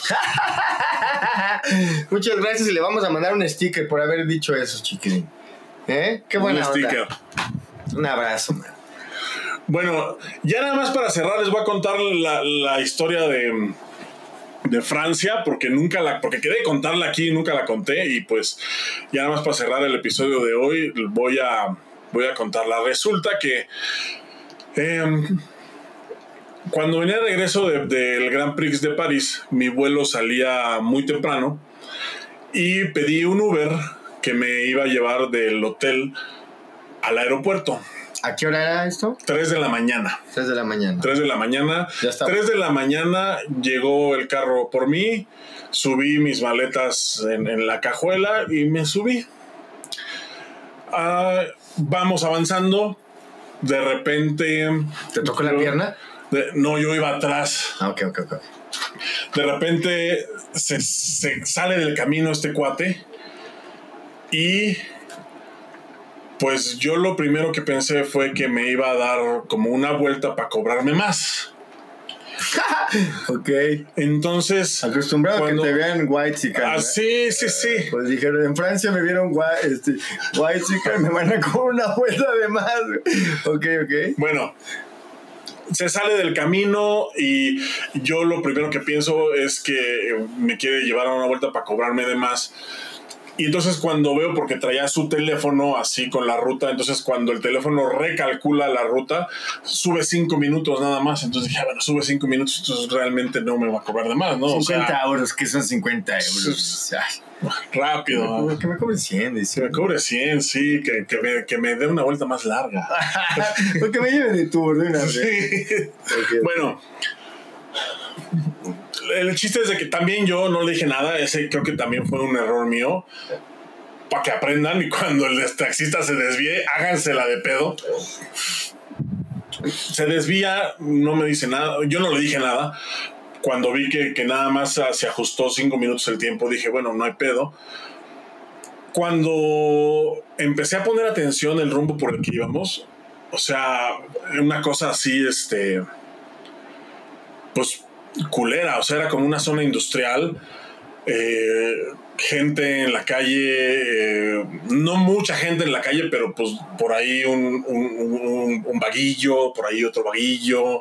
Muchas gracias y le vamos a mandar un sticker por haber dicho eso, chiquilín. Qué buena onda. Sticker. Un abrazo, man. Bueno, ya nada más para cerrar les voy a contar la historia de Francia, porque quería contarla aquí y nunca la conté, y pues ya nada más para cerrar el episodio de hoy voy a contarla. Resulta que cuando venía de regreso del Grand Prix de París, mi vuelo salía muy temprano y pedí un Uber que me iba a llevar del hotel al aeropuerto. ¿A qué hora era esto? 3 de la mañana. 3 de la mañana. 3 de la mañana. Ya está. 3 de la mañana llegó el carro por mí, subí mis maletas en la cajuela y me subí. Vamos avanzando. De repente... ¿Te tocó la pierna? No, yo iba atrás. Ok. De repente se sale del camino este cuate y pues yo lo primero que pensé fue que me iba a dar como una vuelta para cobrarme más. Ok. Entonces, acostumbrado a que te vean white chican. Sí. Pues dijeron, en Francia me vieron white chican, me van a cobrar una vuelta de más. Ok. Bueno, se sale del camino y yo lo primero que pienso es que me quiere llevar a una vuelta para cobrarme de más. Y entonces cuando veo, porque traía su teléfono así con la ruta, entonces cuando el teléfono recalcula la ruta, sube 5 minutos nada más. Entonces dije, bueno, sube 5 minutos, entonces realmente no me va a cobrar de más, ¿no? 50 euros, ¿qué son 50 euros? Rápido. Que me cobre 100. Que me cobre 100, sí, que me dé una vuelta más larga. Porque me lleve de tour de una vez. Sí. Okay. Bueno, el chiste es de que también yo no le dije nada. Ese creo que también fue un error mío, para que aprendan, y cuando el taxista se desvíe, hágansela de pedo. Se desvía, no me dice nada, yo no le dije nada. Cuando vi que nada más se ajustó 5 minutos el tiempo, dije, bueno, no hay pedo. Cuando empecé a poner atención el rumbo por el que íbamos, o sea, una cosa así, pues culera, o sea, era como una zona industrial, gente en la calle, no mucha gente en la calle, pero pues por ahí un vaguillo, por ahí otro vaguillo,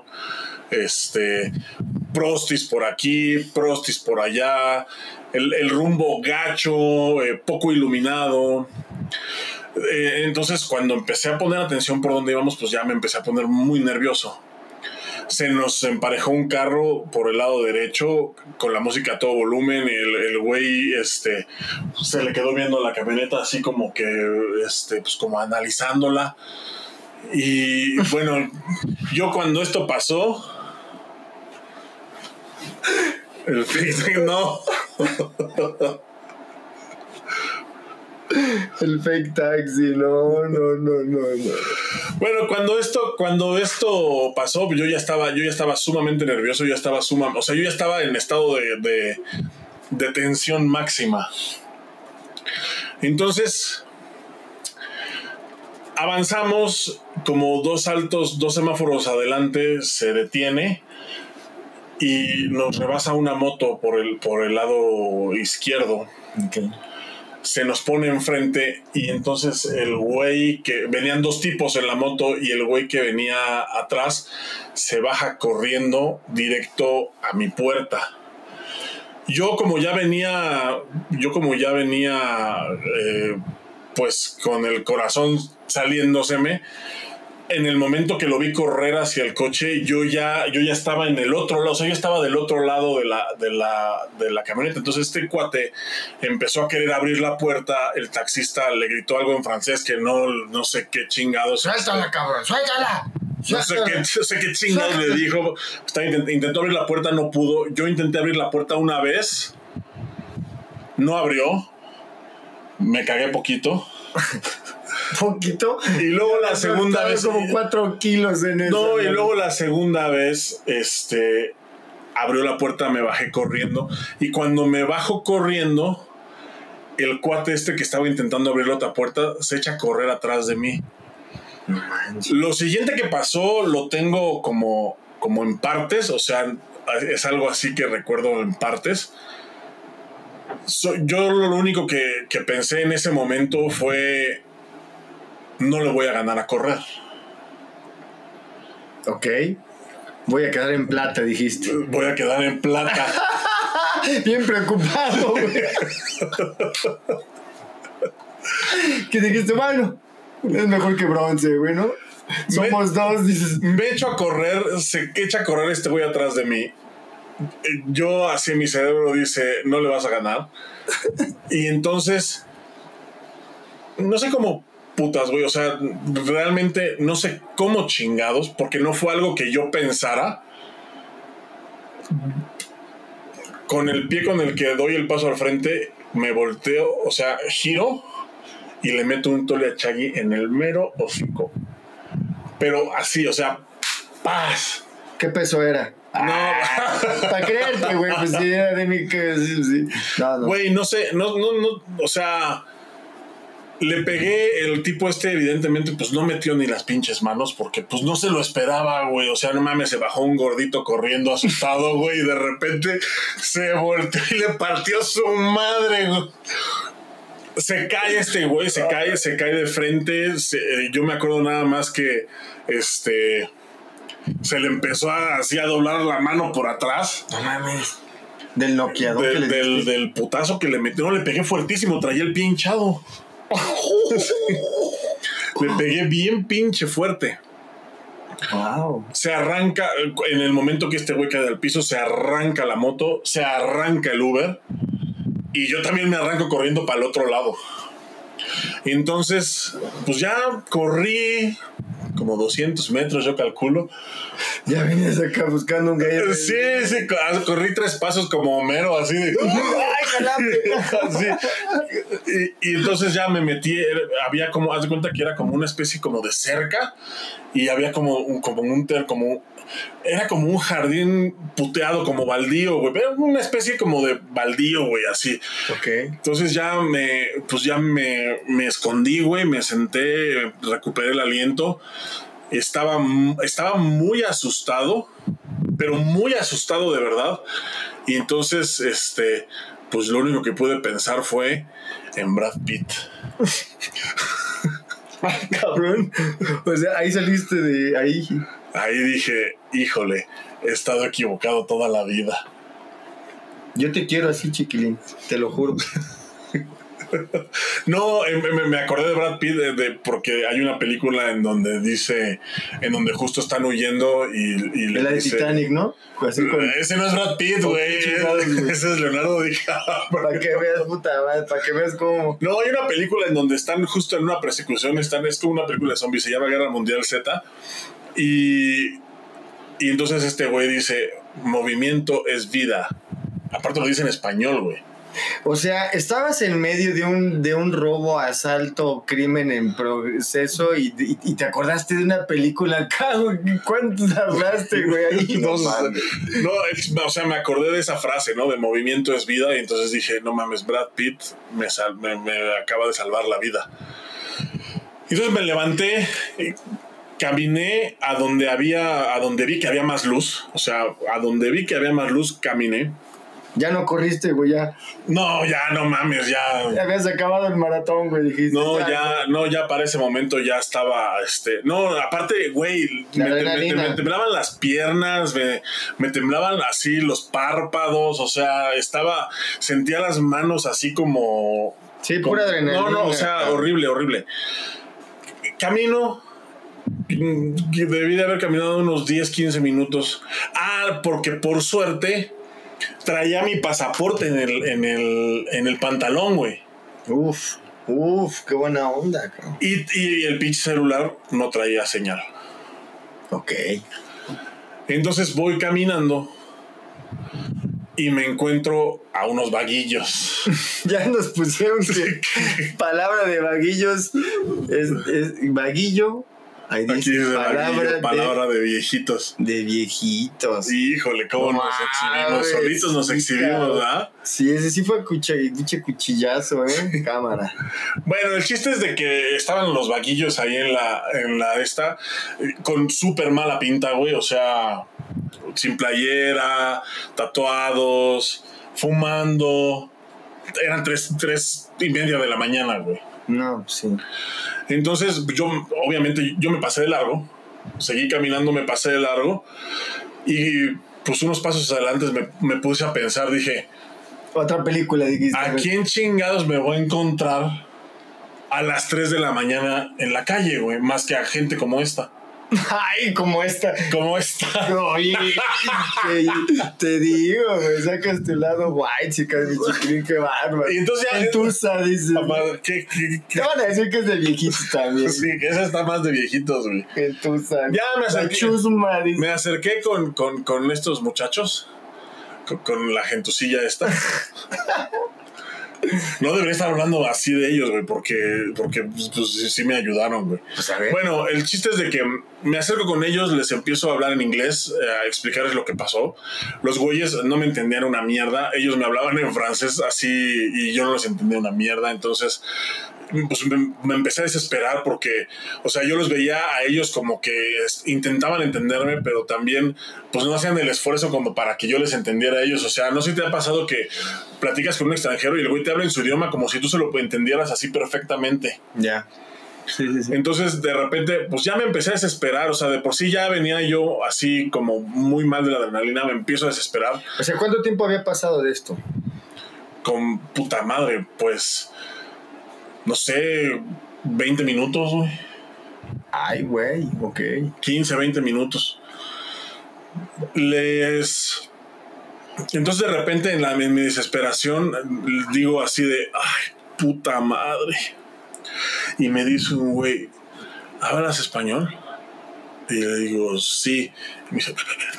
prostis por aquí, prostis por allá, el rumbo gacho, poco iluminado. Entonces cuando empecé a poner atención por dónde íbamos, pues ya me empecé a poner muy nervioso. Se nos emparejó un carro por el lado derecho con la música a todo volumen y el güey se le quedó viendo la camioneta así como que pues como analizándola. Y bueno, yo cuando esto pasó, el fake no. El fake taxi, no. Bueno, cuando esto pasó, yo ya estaba sumamente nervioso, yo ya estaba en estado de tensión máxima. Entonces, Avanzamos como 2 semáforos adelante, se detiene y nos rebasa una moto por el lado izquierdo. Okay. Se nos pone enfrente y entonces el güey que venían 2 tipos en la moto y el güey que venía atrás se baja corriendo directo a mi puerta. Yo como ya venía pues con el corazón saliéndoseme, en el momento que lo vi correr hacia el coche, yo ya estaba en el otro lado, o sea, yo estaba del otro lado de la camioneta. Entonces este cuate empezó a querer abrir la puerta, el taxista le gritó algo en francés que no sé qué chingados. ¡Suéltala, cabrón! ¡Suéltala! No sé qué chingados le dijo. Intentó abrir la puerta, no pudo. Yo intenté abrir la puerta una vez, no abrió, me cagué poquito. ¿Poquito? Y luego la segunda vez como 4 kilos en eso. No, y luego la segunda vez abrió la puerta, me bajé corriendo y cuando me bajo corriendo el cuate que estaba intentando abrir la otra puerta se echa a correr atrás de mí. No manches. Lo siguiente que pasó lo tengo como en partes, o sea, es algo así que recuerdo en partes. Yo lo único que pensé en ese momento fue: no le voy a ganar a correr. Ok. Voy a quedar en plata, dijiste. Voy a quedar en plata. Bien preocupado, güey. Que dijiste, bueno, es mejor que bronce, güey, ¿no? Somos 2, dices. Me echo a correr, se echa a correr este güey atrás de mí. Yo, así mi cerebro dice, no le vas a ganar. Y entonces, no sé cómo putas, güey, o sea, realmente no sé cómo chingados, porque no fue algo que yo pensara. Con el pie con el que doy el paso al frente, me volteo, o sea, giro y le meto un tole a Chagui en el mero hocico. Pero así, o sea, ¡paz! ¿Qué peso era? No, para creerte, güey, pues sí, era de mi que sí. No. Güey, no sé, no, o sea, le pegué, el tipo evidentemente pues no metió ni las pinches manos porque pues no se lo esperaba, güey, o sea, no mames, se bajó un gordito corriendo asustado, güey, y de repente se volteó y le partió su madre, güey. Se cae güey, se cae de frente, yo me acuerdo nada más que se le empezó así a doblar la mano por atrás. No mames. Del noqueador del putazo que le metió. No, le pegué fuertísimo, traía el pie hinchado. Le pegué bien pinche fuerte. Wow. Se arranca, en el momento que este güey cae al piso, se arranca la moto, se arranca el Uber y yo también me arranco corriendo para el otro lado. Entonces, pues ya corrí como 200 metros, yo calculo. Ya vienes acá buscando un gallo. Sí, corrí 3 pasos como Homero, así de... así. Y entonces ya me metí, había como, haz de cuenta que era como una especie como de cerca y había era como un jardín puteado, como baldío, güey, pero una especie como de baldío, güey, así. Ok. Entonces ya me escondí, güey, me senté, recuperé el aliento. Estaba muy asustado, pero muy asustado de verdad. Y entonces, pues lo único que pude pensar fue en Brad Pitt. Ay, cabrón. O sea, ahí saliste de ahí. Ahí dije, híjole, he estado equivocado toda la vida. Yo te quiero así, chiquilín, te lo juro. No, me acordé de Brad Pitt porque hay una película en donde justo están huyendo y la de Titanic, ¿no? Así ese no es Brad Pitt, güey. Ese es Leonardo DiCaprio. Para que veas, puta madre, para que veas cómo. No, hay una película en donde están justo en una persecución, es como una película de zombies, se llama Guerra Mundial Z. Y entonces este güey dice, movimiento es vida. Aparte lo dice en español, güey. O sea, estabas en medio de un robo, asalto, crimen en proceso y te acordaste de una película acá, güey. ¿Cuánto tardaste, güey? Ahí no, o sea, me acordé de esa frase, ¿no? De movimiento es vida y entonces dije, no mames, Brad Pitt me acaba de salvar la vida. Entonces me levanté, caminé a donde vi que había más luz. O sea, a donde vi que había más luz, caminé. Ya no corriste, güey, ya. No, ya no mames, ya. Ya habías acabado el maratón, güey, dijiste. Ya para ese momento ya estaba, no, aparte, güey, me temblaban las piernas, me temblaban así los párpados, o sea, sentía las manos así como... Sí, pura adrenalina. No, o sea, horrible. Camino... Debí de haber caminado unos 10, 15 minutos. Porque por suerte traía mi pasaporte en el pantalón, güey. Uf, qué buena onda, cabrón. Y el pinche celular no traía señal. Ok. Entonces voy caminando y me encuentro a unos vaguillos. Ya nos pusieron que palabra de vaguillos es vaguillo. Ahí dice palabra de viejitos. De viejitos. Híjole, cómo nos exhibimos. Solitos nos exhibimos, ¿verdad? Sí, ese sí fue cuchillazo, cámara. Bueno, el chiste es de que estaban los vaguillos ahí en la esta, con súper mala pinta, güey. O sea, sin playera, tatuados, fumando. Eran 3:30 de la mañana, güey. No, sí. Entonces, obviamente yo me pasé de largo, seguí caminando, me pasé de largo y pues unos pasos adelante me puse a pensar, dije... Otra película, dijiste. ¿A quién chingados me voy a encontrar a las 3 de la mañana en la calle, güey? Más que a gente como esta. Ay, como esta. Oye, te digo, güey, sacas tu lado white, chicas, mi chiquilín, qué bárbaro. Y entonces ya... Entusa, dices. ¿Qué? Te van a decir que es de viejitos también. Sí, que esa está más de viejitos, güey. Entusa. Ya me acerqué con estos muchachos, con la gentucilla esta. No debería estar hablando así de ellos, güey, porque pues, sí me ayudaron, güey. Pues a ver. Bueno, el chiste es de que me acerco con ellos, les empiezo a hablar en inglés, a explicarles lo que pasó. Los güeyes no me entendían una mierda, ellos me hablaban en francés así y yo no les entendía una mierda, entonces... pues me empecé a desesperar porque, o sea, yo los veía a ellos como que intentaban entenderme, pero también pues no hacían el esfuerzo como para que yo les entendiera a ellos. O sea, no sé si te ha pasado que platicas con un extranjero y el güey te habla en su idioma como si tú se lo entendieras así perfectamente. Ya. Sí. Entonces de repente pues ya me empecé a desesperar, o sea, de por sí ya venía yo así como muy mal de la adrenalina, me empiezo a desesperar. O sea, ¿cuánto tiempo había pasado de esto? Con puta madre, pues... no sé, 20 minutos, güey. Ay, güey, ok. 15, 20 minutos. Entonces de repente en mi desesperación digo así de, ay, puta madre. Y me dice un güey, ¿hablas español? Y le digo, sí. Y me dice,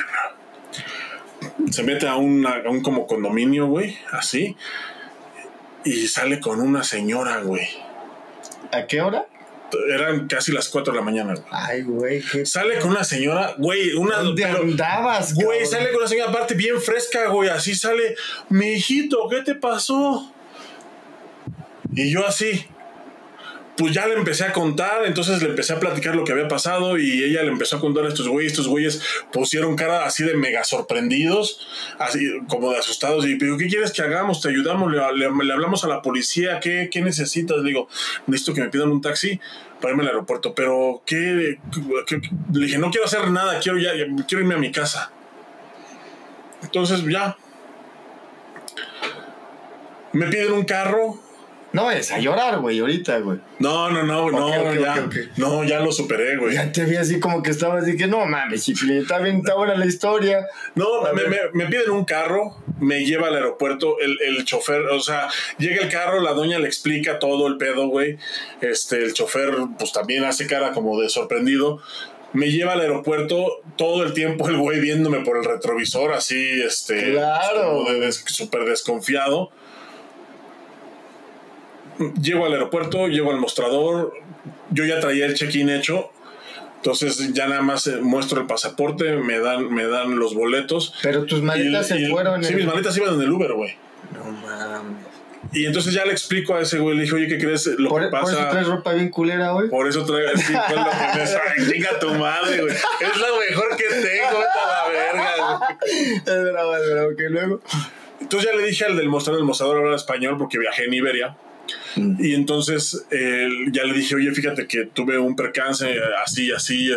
se mete a un como condominio, güey, así. Y sale con una señora, güey. ¿A qué hora? Eran casi las 4 de la mañana, güey. Ay, güey. Sale con una señora, güey. ¿Dónde andabas, güey? Sale con una señora aparte bien fresca, güey. Así sale, mi hijito, ¿qué te pasó? Y yo así... pues ya le empecé a contar, entonces le empecé a platicar lo que había pasado y ella le empezó a contar a estos güeyes pusieron cara así de mega sorprendidos, así como de asustados, y pero ¿qué quieres que hagamos? Te ayudamos, le hablamos a la policía, ¿qué necesitas? Le digo, necesito que me pidan un taxi para irme al aeropuerto, pero ¿qué? Le dije, no quiero hacer nada, quiero irme a mi casa. Entonces ya me piden un carro. No vayas a llorar, güey, ahorita, güey. No, ya lo superé, güey. Ya te vi así como que estabas, dije, no mames, chiquilín, está bien, está buena la historia. No, me piden un carro, me lleva al aeropuerto, el chofer, o sea, llega el carro, la doña le explica todo el pedo, güey. El chofer, pues también hace cara como de sorprendido. Me lleva al aeropuerto, todo el tiempo el güey viéndome por el retrovisor, así, claro, súper desconfiado. Llego al aeropuerto, llego al mostrador, yo ya traía el check-in hecho, entonces ya nada más muestro el pasaporte, me dan los boletos. Pero tus maletas se fueron. Sí, mis maletas iban en el Uber, güey. No mames. Y entonces ya le explico a ese güey, le dije, oye, ¿qué crees? Lo que pasa... ¿Por eso traes ropa bien culera hoy? Por eso traigo... Sí, fue lo primero. Chinga tu madre, güey. Es lo mejor que tengo, vete a la verga, güey. Es bravo, que luego... Entonces ya le dije al del mostrador hablar español porque viajé en Iberia. Y entonces ya le dije, oye, fíjate que tuve un percance así,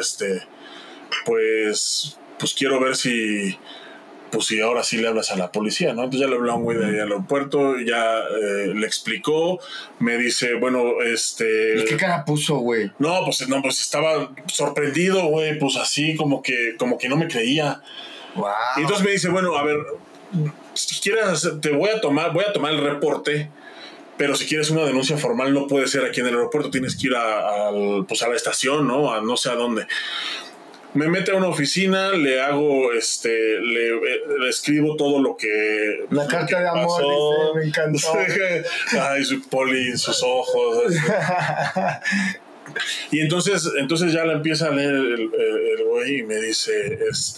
pues quiero ver si ahora sí le hablas a la policía, ¿no? Entonces ya le habló a un güey de ahí al aeropuerto, ya le explicó, me dice, bueno, ¿Y qué cara puso, güey? No, pues estaba sorprendido, güey, pues así como que no me creía. Wow. Y entonces me dice, bueno, a ver, si quieres, voy a tomar el reporte, pero si quieres una denuncia formal no puede ser aquí en el aeropuerto, tienes que ir a la estación, ¿no? A no sé a dónde. Me mete a una oficina, le hago, le escribo todo lo que... La carta de amor, dice, me encantó. Ay, su poli, sus ojos. Y entonces ya la empieza a leer el güey y me dice,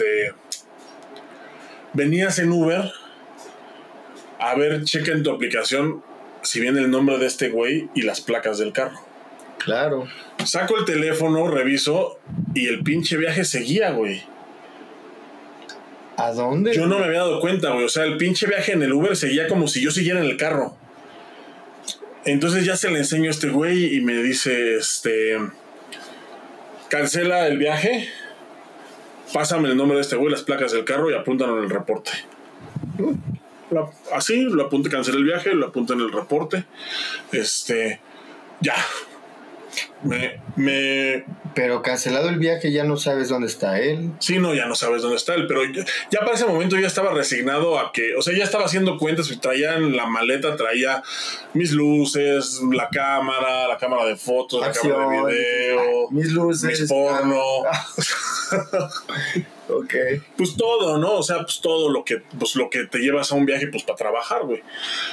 venías en Uber, a ver, checa en tu aplicación si viene el nombre de este güey y las placas del carro. Claro. Saco el teléfono, reviso y el pinche viaje seguía, güey. ¿A dónde? Yo no me había dado cuenta, güey. O sea, el pinche viaje en el Uber seguía como si yo siguiera en el carro. Entonces ya se le enseño a este güey y me dice, cancela el viaje, pásame el nombre de este güey, las placas del carro y apúntalo en el reporte. Así, lo apunté, cancelé el viaje, lo apunté en el reporte. Ya. Pero cancelado el viaje, ya no sabes dónde está él. Sí, no, ya no sabes dónde está él, pero ya para ese momento ya estaba resignado a que, o sea, ya estaba haciendo cuentas y traía en la maleta, traía mis luces, la cámara de fotos, la cámara de video, mis luces, mis porno. Ok. Pues todo, ¿no? O sea, pues todo lo que te llevas a un viaje, pues para trabajar, güey.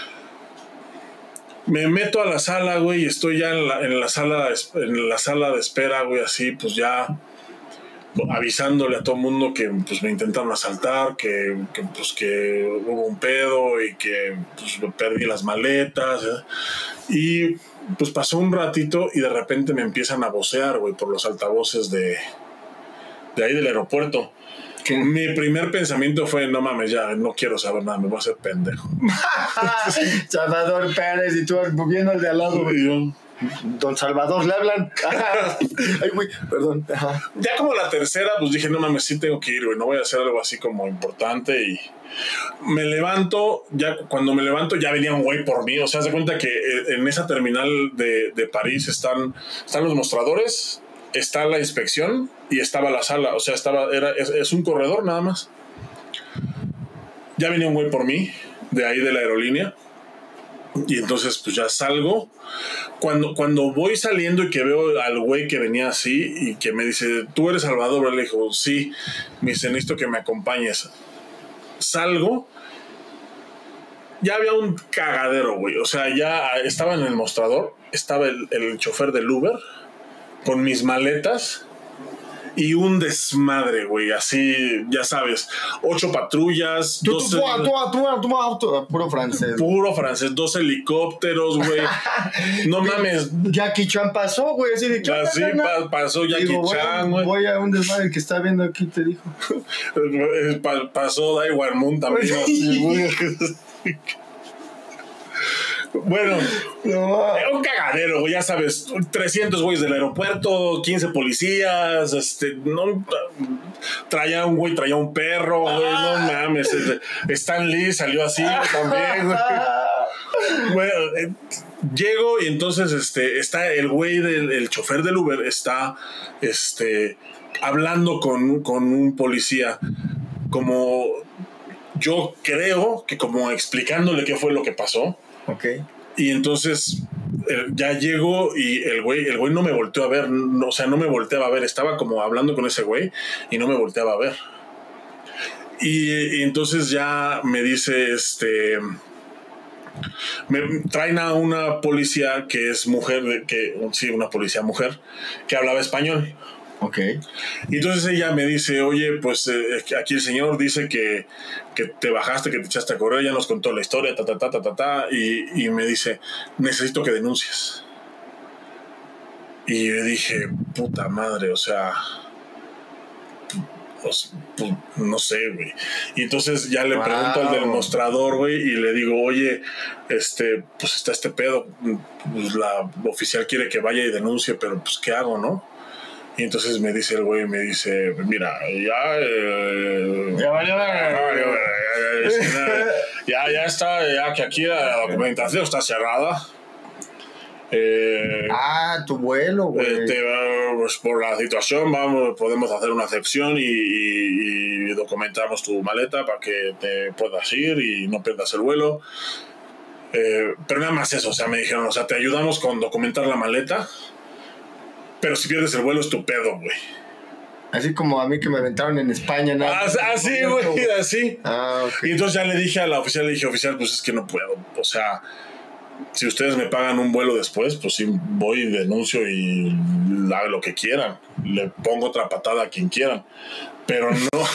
Me meto a la sala, güey, y estoy ya en la sala de espera, güey, así, pues ya avisándole a todo el mundo que pues me intentaron asaltar, que hubo un pedo y que pues perdí las maletas, ¿eh? Y pues pasó un ratito y de repente me empiezan a vocear, güey, por los altavoces de ahí del aeropuerto. Mi primer pensamiento fue, no mames, ya no quiero saber nada, me voy a hacer pendejo. Salvador Pérez y tú viendo el de al lado, güey. Don Salvador, ¿le hablan? Ay, güey, perdón. Ya como la tercera, pues dije, no mames, sí tengo que ir, güey, no voy a hacer algo así como importante. Y me levanto, ya cuando me levanto ya venía un güey por mí. O sea, se cuenta que en esa terminal de París están los mostradores, está la inspección y estaba la sala. O sea, es un corredor nada más. Ya venía un güey por mí, de ahí de la aerolínea. Y entonces pues ya salgo. Cuando voy saliendo y que veo al güey que venía así y que me dice, ¿tú eres Salvador? Le digo, sí. Me dice, necesito que me acompañes. Salgo. Ya había un cagadero, güey. O sea, ya estaba en el mostrador. Estaba el chofer del Uber con mis maletas y un desmadre, güey, así, ya sabes, 8 patrullas, puro francés. Puro francés, 2 helicópteros, güey. No mames. Jackie Chan pasó, güey, así de así pasó Jackie Chan, güey. Voy a un desmadre que está viendo aquí, te dijo. Pasó Dai Warmoon también, así, güey. Bueno, un cagadero, güey, ya sabes, 300 güeyes del aeropuerto, 15 policías, traía un perro, güey, no mames, Stan Lee salió así también, güey. Bueno, llego y entonces está el güey el chofer del Uber está hablando con un policía, como yo creo que como explicándole qué fue lo que pasó. Okay. Y entonces ya llego y el güey no me volteó a ver, no, o sea, no me volteaba a ver, estaba como hablando con ese güey y no me volteaba a ver. Y entonces ya me dice, me traen a una policía que es mujer, una policía mujer que hablaba español. Ok. Y entonces ella me dice, oye, pues aquí el señor dice que te bajaste, que te echaste a correr, ya nos contó la historia, y me dice, necesito que denuncies. Y yo dije, puta madre, o sea, pues, no sé, güey. Y entonces ya le pregunto al del mostrador, güey, y le digo, oye, pues está este pedo, pues la oficial quiere que vaya y denuncie, pero pues ¿qué hago, no? Y entonces me dice el güey, mira, ya está, ya que aquí la documentación está cerrada. Tu vuelo, güey. Pues por la situación podemos hacer una excepción y documentamos tu maleta para que te puedas ir y no pierdas el vuelo. Pero nada más eso, o sea, me dijeron, o sea, te ayudamos con documentar la maleta, pero si pierdes el vuelo es tu pedo, güey. Así como a mí que me aventaron en España, ¿no? Así, güey, así. Okay. Y entonces ya le dije a la oficial, oficial, pues es que no puedo, o sea, si ustedes me pagan un vuelo después, pues sí, voy y denuncio y hago lo que quieran, le pongo otra patada a quien quieran, pero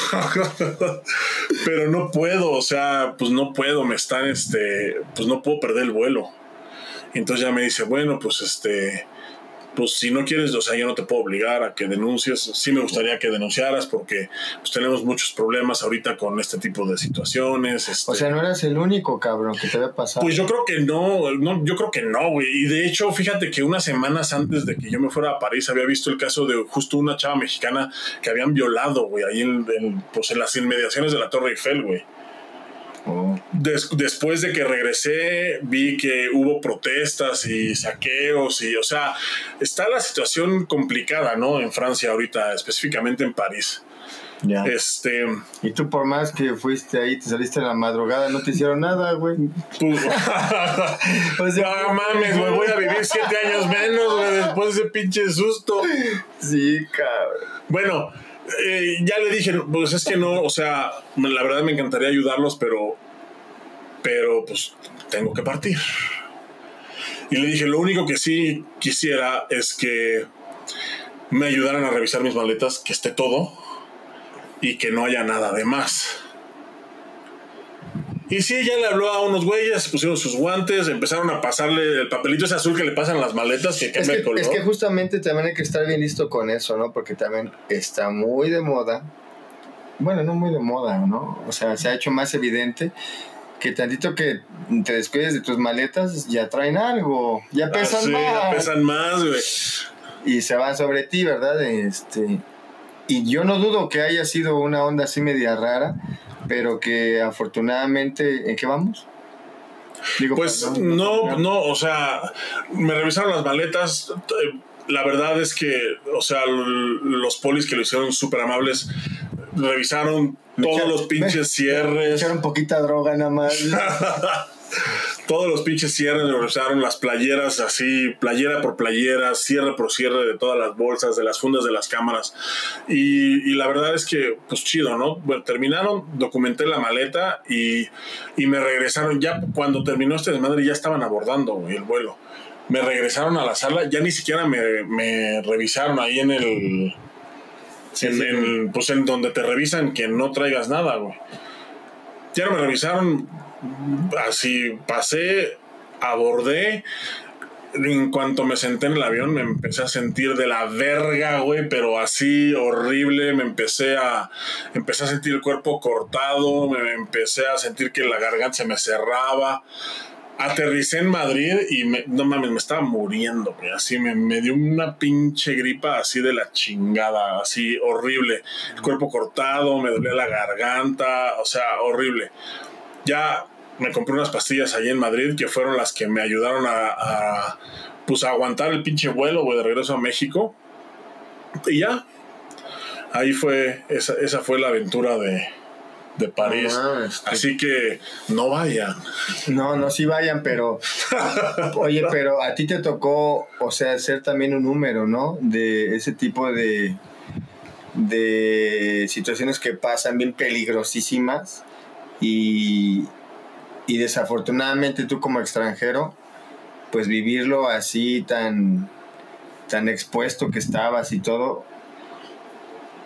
no puedo, o sea, pues no puedo, me están, pues no puedo perder el vuelo. Y entonces ya me dice, bueno, pues pues si no quieres, o sea, yo no te puedo obligar a que denuncies. Sí me gustaría que denunciaras porque pues tenemos muchos problemas ahorita con este tipo de situaciones. O sea, no eras el único, cabrón, que te había pasado. Pues yo creo que no, yo creo que no, güey. Y de hecho, fíjate que unas semanas antes de que yo me fuera a París había visto el caso de justo una chava mexicana que habían violado, güey, ahí pues en las inmediaciones de la Torre Eiffel, güey. Después de que regresé vi que hubo protestas y saqueos y, o sea, está la situación complicada, ¿no? En Francia ahorita, específicamente en París. Ya. Y tú por más que fuiste ahí, te saliste en la madrugada, no te hicieron nada, güey. Pues no mames, güey, voy a vivir 7 años menos, güey, después de ese pinche susto. Sí, cabrón. Bueno, ya le dije, pues es que no, o sea, la verdad me encantaría ayudarlos, pero pues tengo que partir. Y le dije, lo único que sí quisiera es que me ayudaran a revisar mis maletas, que esté todo y que no haya nada de más. Y sí, ella le habló a unos güeyes, se pusieron sus guantes, empezaron a pasarle el papelito ese azul que le pasan a las maletas, que cambia el color. Es que justamente también hay que estar bien listo con eso, ¿no? Porque también está muy de moda. Bueno, no muy de moda, ¿no? O sea, se ha hecho más evidente que tantito que te descuides de tus maletas, ya traen algo, ya pesan más. Ya pesan más, güey. Y se van sobre ti, ¿verdad? Y yo no dudo que haya sido una onda así media rara, pero que afortunadamente, ¿en qué vamos? Digo, pues no, o sea, me revisaron las maletas. La verdad es que, o sea, los polis que lo hicieron súper amables, revisaron todos los pinches cierres. Echaron poquita droga nada más. Todos los pinches cierres, revisaron las playeras así, playera por playera, cierre por cierre de todas las bolsas, de las fundas de las cámaras. Y la verdad es que, pues chido, ¿no? Bueno, terminaron, documenté la maleta y me regresaron. Ya cuando terminó este desmadre ya estaban abordando, güey, el vuelo. Me regresaron a la sala, ya ni siquiera me revisaron ahí en el... pues en donde te revisan que no traigas nada, güey. Ya no me revisaron, así pasé, abordé. En cuanto me senté en el avión me empecé a sentir de la verga, güey, pero así horrible. Me empecé a sentir el cuerpo cortado, me empecé a sentir que la garganta se me cerraba. Aterricé en Madrid y no mames, me estaba muriendo, güey. Así me dio una pinche gripa así de la chingada, así horrible. El cuerpo cortado, me dolía la garganta, o sea, horrible. Ya me compré unas pastillas allí en Madrid que fueron las que me ayudaron a aguantar el pinche vuelo, güey, de regreso a México. Y ya, ahí fue, esa fue la aventura de París. Así que no vayan. No, sí vayan, pero oye, pero a ti te tocó, o sea, ser también un número, ¿no? De ese tipo de situaciones que pasan bien peligrosísimas y desafortunadamente tú como extranjero, pues vivirlo así tan expuesto que estabas y todo,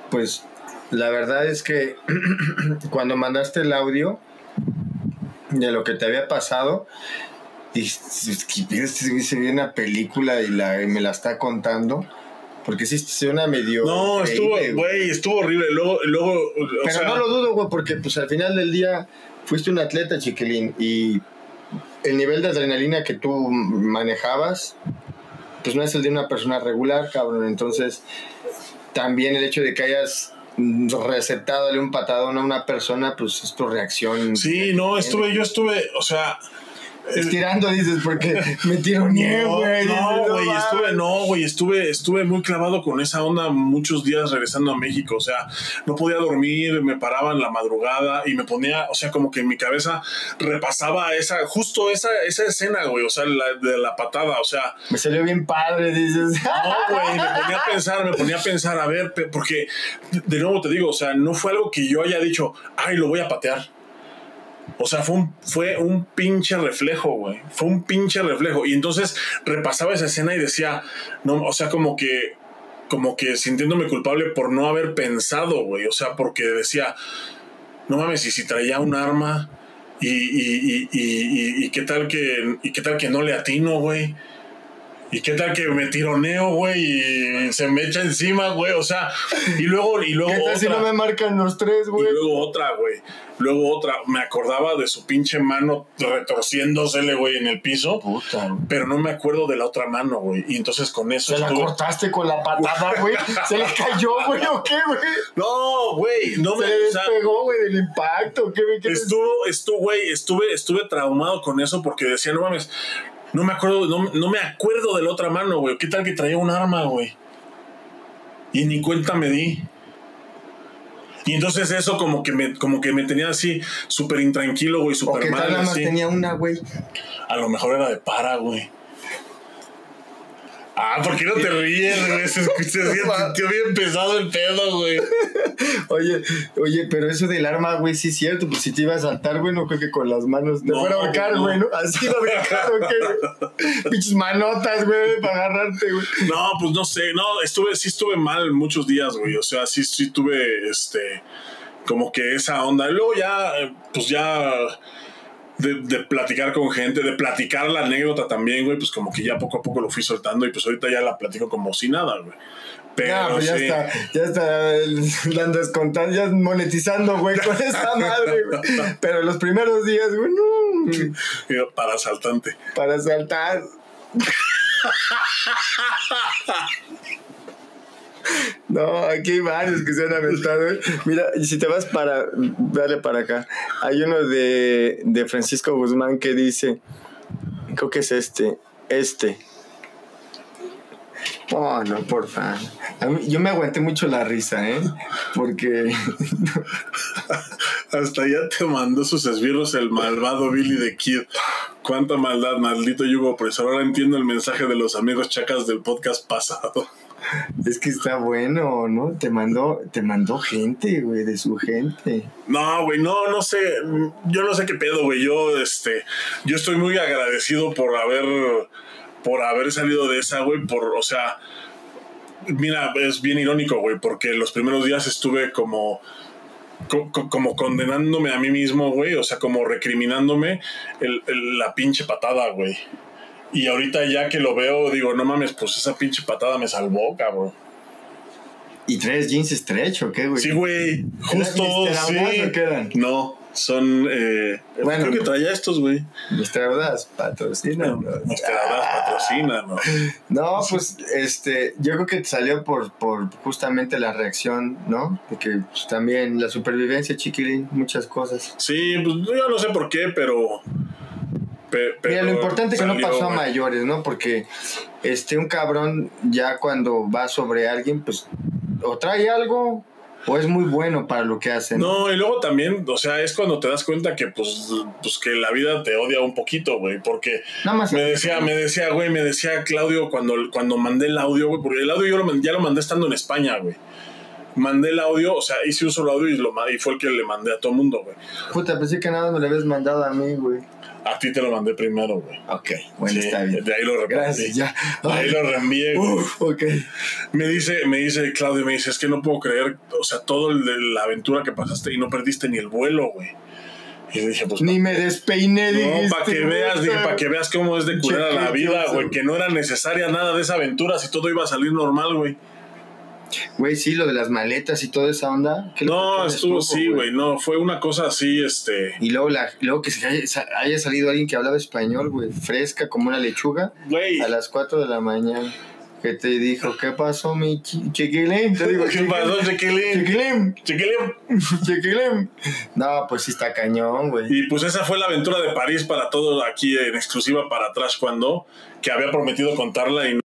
pues la verdad es que cuando mandaste el audio de lo que te había pasado, y se ve una película y me la está contando, porque sí suena medio... No, estuvo horrible. Luego pero o sea, no lo dudo, güey, porque pues al final del día fuiste un atleta, chiquilín, y el nivel de adrenalina que tú manejabas, pues no es el de una persona regular, cabrón. Entonces, también el hecho de que hayas recetado un patadón a una persona, pues es tu reacción. Sí, no, yo estuve, o sea... Estirando, dices, porque me tironeé, güey. Estuve muy clavado con esa onda muchos días regresando a México, o sea, no podía dormir, me paraba en la madrugada y me ponía, o sea, como que en mi cabeza repasaba esa escena, güey, o sea, de la patada, o sea... Me salió bien padre, dices. No, güey, me ponía a pensar, a ver, porque, de nuevo te digo, o sea, no fue algo que yo haya dicho, ay, lo voy a patear. O sea, fue un pinche reflejo, güey. Fue un pinche reflejo. Y entonces repasaba esa escena y decía, no, o sea, como que sintiéndome culpable por no haber pensado, güey. O sea, porque decía, no mames, y si traía un arma y qué tal que no le atino, güey. ¿Y qué tal que me tironeo, güey? Y se me echa encima, güey. O sea, y luego ¿qué tal otra, si no me marcan los tres, güey? Y luego otra, güey. Me acordaba de su pinche mano retorciéndosele, güey, en el piso. Puta, güey. Pero no me acuerdo de la otra mano, güey. Y entonces con eso... ¿Se la cortaste con la patada, güey? ¿Se le cayó, güey, o qué, güey? No, güey. No se le despegó, güey, del impacto. Estuve traumado con eso porque decía, no mames... No me acuerdo de la otra mano, güey. ¿Qué tal que traía un arma, güey? Y ni cuenta me di. Y entonces eso como que me tenía así súper intranquilo, güey, súper mal. ¿O qué tal nada más tenía una, güey? A lo mejor era de para, güey. Ah, ¿por qué no te ríes, güey? Se sintió bien pesado el pedo, güey. Oye, pero eso del arma, güey, sí es cierto. Pues si te iba a saltar, güey, no creo que con las manos te fuera a ahorcar, güey, ¿no? Así de ahorcar, ¿o qué? Pinches manotas, güey, para agarrarte, güey. No, pues no sé. No, sí estuve mal muchos días, güey. O sea, sí tuve, como que esa onda. Y luego ya, pues ya... De platicar con gente, de platicar la anécdota también, güey, pues como que ya poco a poco lo fui soltando y pues ahorita ya la platico como si nada, güey. Pero pues ya está dando descontando, ya monetizando, güey, con esa madre, güey. Pero los primeros días, güey, no. Para asaltante. Para asaltar. No, aquí hay varios que se han aventado, ¿eh? Mira, y si te vas dale para acá. Hay uno de Francisco Guzmán que dice, creo que es este. Oh, no, porfa. Yo me aguanté mucho la risa, ¿eh? Porque... Hasta ya te mandó sus esbirros el malvado Billy the Kid. Cuánta maldad, maldito yugo opresor. Ahora entiendo el mensaje de los amigos chacas del podcast pasado. Es que está bueno, ¿no? Te mandó gente, güey, de su gente. No, güey, no sé. Yo no sé qué pedo, güey. Yo estoy muy agradecido por haber salido de esa, güey. O sea, mira, es bien irónico, güey, porque los primeros días estuve como condenándome a mí mismo, güey. O sea, como recriminándome la pinche patada, güey. Y ahorita ya que lo veo, digo, no mames, pues esa pinche patada me salvó, cabrón. ¿Y traes jeans stretch o qué, güey? Sí, güey, justo, sí. ¿O qué eran? No, son... bueno, creo que traía estos, güey. Mr. Audaz, patrocina. No, Mr. Audaz patrocina, ¿no? No, pues, yo creo que te salió por justamente la reacción, ¿no? De que pues, también la supervivencia, chiquilín, muchas cosas. Sí, pues yo no sé por qué, pero mira, lo importante es que no pasó a mayores, ¿no? Porque un cabrón ya cuando va sobre alguien, pues o trae algo o es muy bueno para lo que hace, ¿no? No, y luego también, o sea, es cuando te das cuenta que pues que la vida te odia un poquito, güey, porque me decía Claudio cuando mandé el audio, güey, porque el audio yo ya lo mandé estando en España, güey. mandé el audio, o sea, hice un solo audio y fue el que le mandé a todo el mundo, güey. Puta, pensé que nada más me lo habías mandado a mí, güey. A ti te lo mandé primero, güey. Ok, bueno, sí, está bien. De ahí lo reenvié. Gracias, ya. De ahí lo reenvié, güey. Ok. Me dice Claudio, me dice, es que no puedo creer, o sea, todo la aventura que pasaste y no perdiste ni el vuelo, güey. Y le dije, pues... Ni me despeiné, no, para que veas, dije, para que veas cómo es de curar a la vida, güey, que no era necesaria nada de esa aventura si todo iba a salir normal, güey. Güey, sí, lo de las maletas y toda esa onda. No, estuvo, sí, güey, no, fue una cosa así, Y luego que haya salido alguien que hablaba español, güey, fresca como una lechuga, güey, a las 4 de la mañana. Que te dijo, ¿qué pasó, mi chiquilín? Te digo, ¿qué pasó, chiquilín? Chiquilín. No, pues sí está cañón, güey. Y pues esa fue la aventura de París para todos aquí en exclusiva para Trash Cuando, que había prometido contarla y no.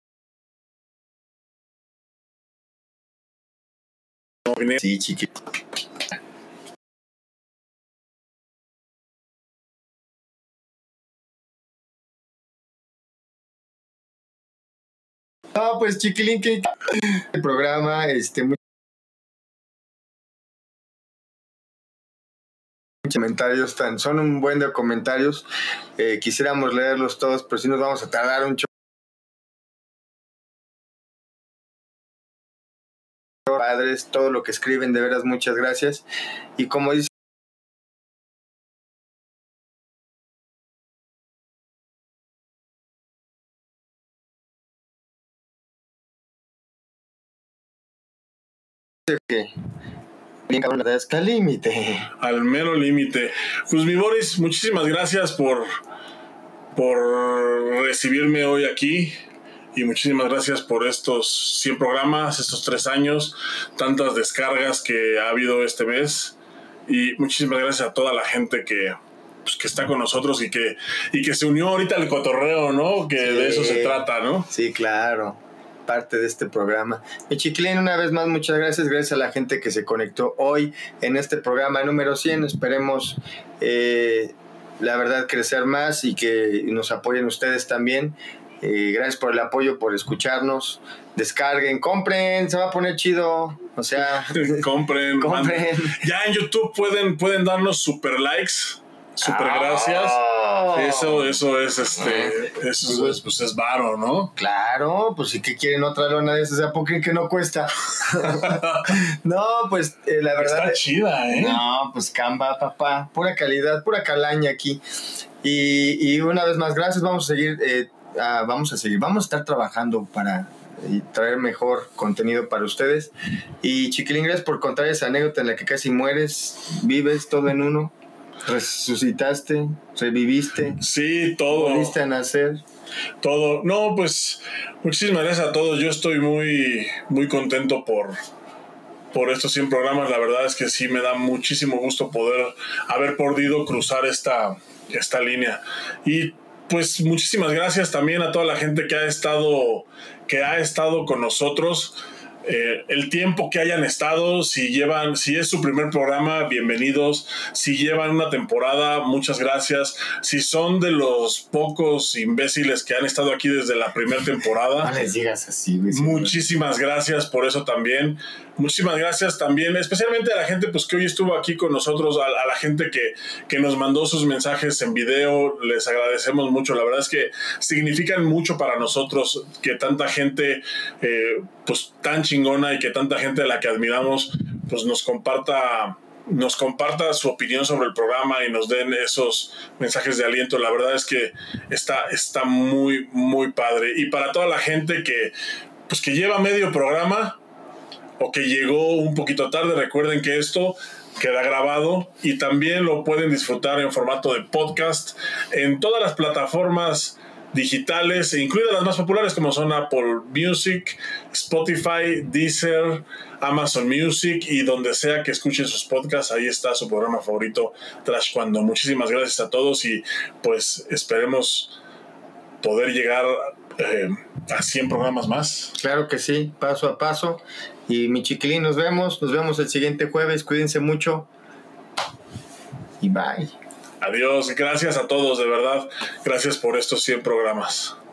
Sí, chiquito. No, pues chiquilín, que el programa, muchos comentarios, son un buen de comentarios, quisiéramos leerlos todos, pero sí nos vamos a tardar un padres, todo lo que escriben, de veras, muchas gracias. Y como dice que al límite. Al mero límite. Pues mi Boris, muchísimas gracias por recibirme hoy aquí. Y muchísimas gracias por estos 100 programas, estos 3 años, tantas descargas que ha habido este mes. Y muchísimas gracias a toda la gente que está con nosotros y que se unió ahorita al cotorreo, ¿no? Que sí, de eso se trata, ¿no? Sí, claro. Parte de este programa. Mi chiquilín, una vez más, muchas gracias. Gracias a la gente que se conectó hoy en este programa número 100. Esperemos, la verdad, crecer más y que nos apoyen ustedes también. Gracias por el apoyo, por escucharnos. Descarguen, compren, se va a poner chido. O sea, compren. Ya en YouTube pueden darnos super likes, super gracias. Eso es varo, ¿no? Claro, pues si que quieren otra lona de esas, ¿por qué que no cuesta? No, pues la verdad. Está chida, ¿eh? No, pues Canva, papá, pura calidad, pura calaña aquí. Y una vez más, gracias. Vamos a seguir, vamos a estar trabajando para traer mejor contenido para ustedes. Y chiquilín, gracias por contar esa anécdota en la que casi mueres, vives todo en uno, resucitaste, reviviste. Sí, todo. Volviste a nacer. Todo. No, pues muchísimas gracias a todos. Yo estoy muy, muy contento por estos 100 programas. La verdad es que sí me da muchísimo gusto poder haber podido cruzar esta línea. Y pues muchísimas gracias también a toda la gente que ha estado con nosotros. El tiempo que hayan estado, si es su primer programa, bienvenidos. Si llevan una temporada, muchas gracias. Si son de los pocos imbéciles que han estado aquí desde la primera temporada, no les digas así, güey. Muchísimas gracias por eso también. Muchísimas gracias también, especialmente a la gente pues que hoy estuvo aquí con nosotros, a la gente que nos mandó sus mensajes en video. Les agradecemos mucho. La verdad es que significan mucho para nosotros que tanta gente pues tan chingona y que tanta gente a la que admiramos pues nos comparta su opinión sobre el programa y nos den esos mensajes de aliento. La verdad es que está muy, muy padre. Y para toda la gente que lleva medio programa o que llegó un poquito tarde, recuerden que esto queda grabado y también lo pueden disfrutar en formato de podcast en todas las plataformas digitales, incluidas las más populares como son Apple Music, Spotify, Deezer, Amazon Music y donde sea que escuchen sus podcasts. Ahí está su programa favorito, Trash Cuando. Muchísimas gracias a todos y pues esperemos poder llegar a 100 programas más. Claro que sí, paso a paso. Y mi chiquilín, nos vemos el siguiente jueves. Cuídense mucho y bye. Adiós, gracias a todos, de verdad. Gracias por estos 100 programas.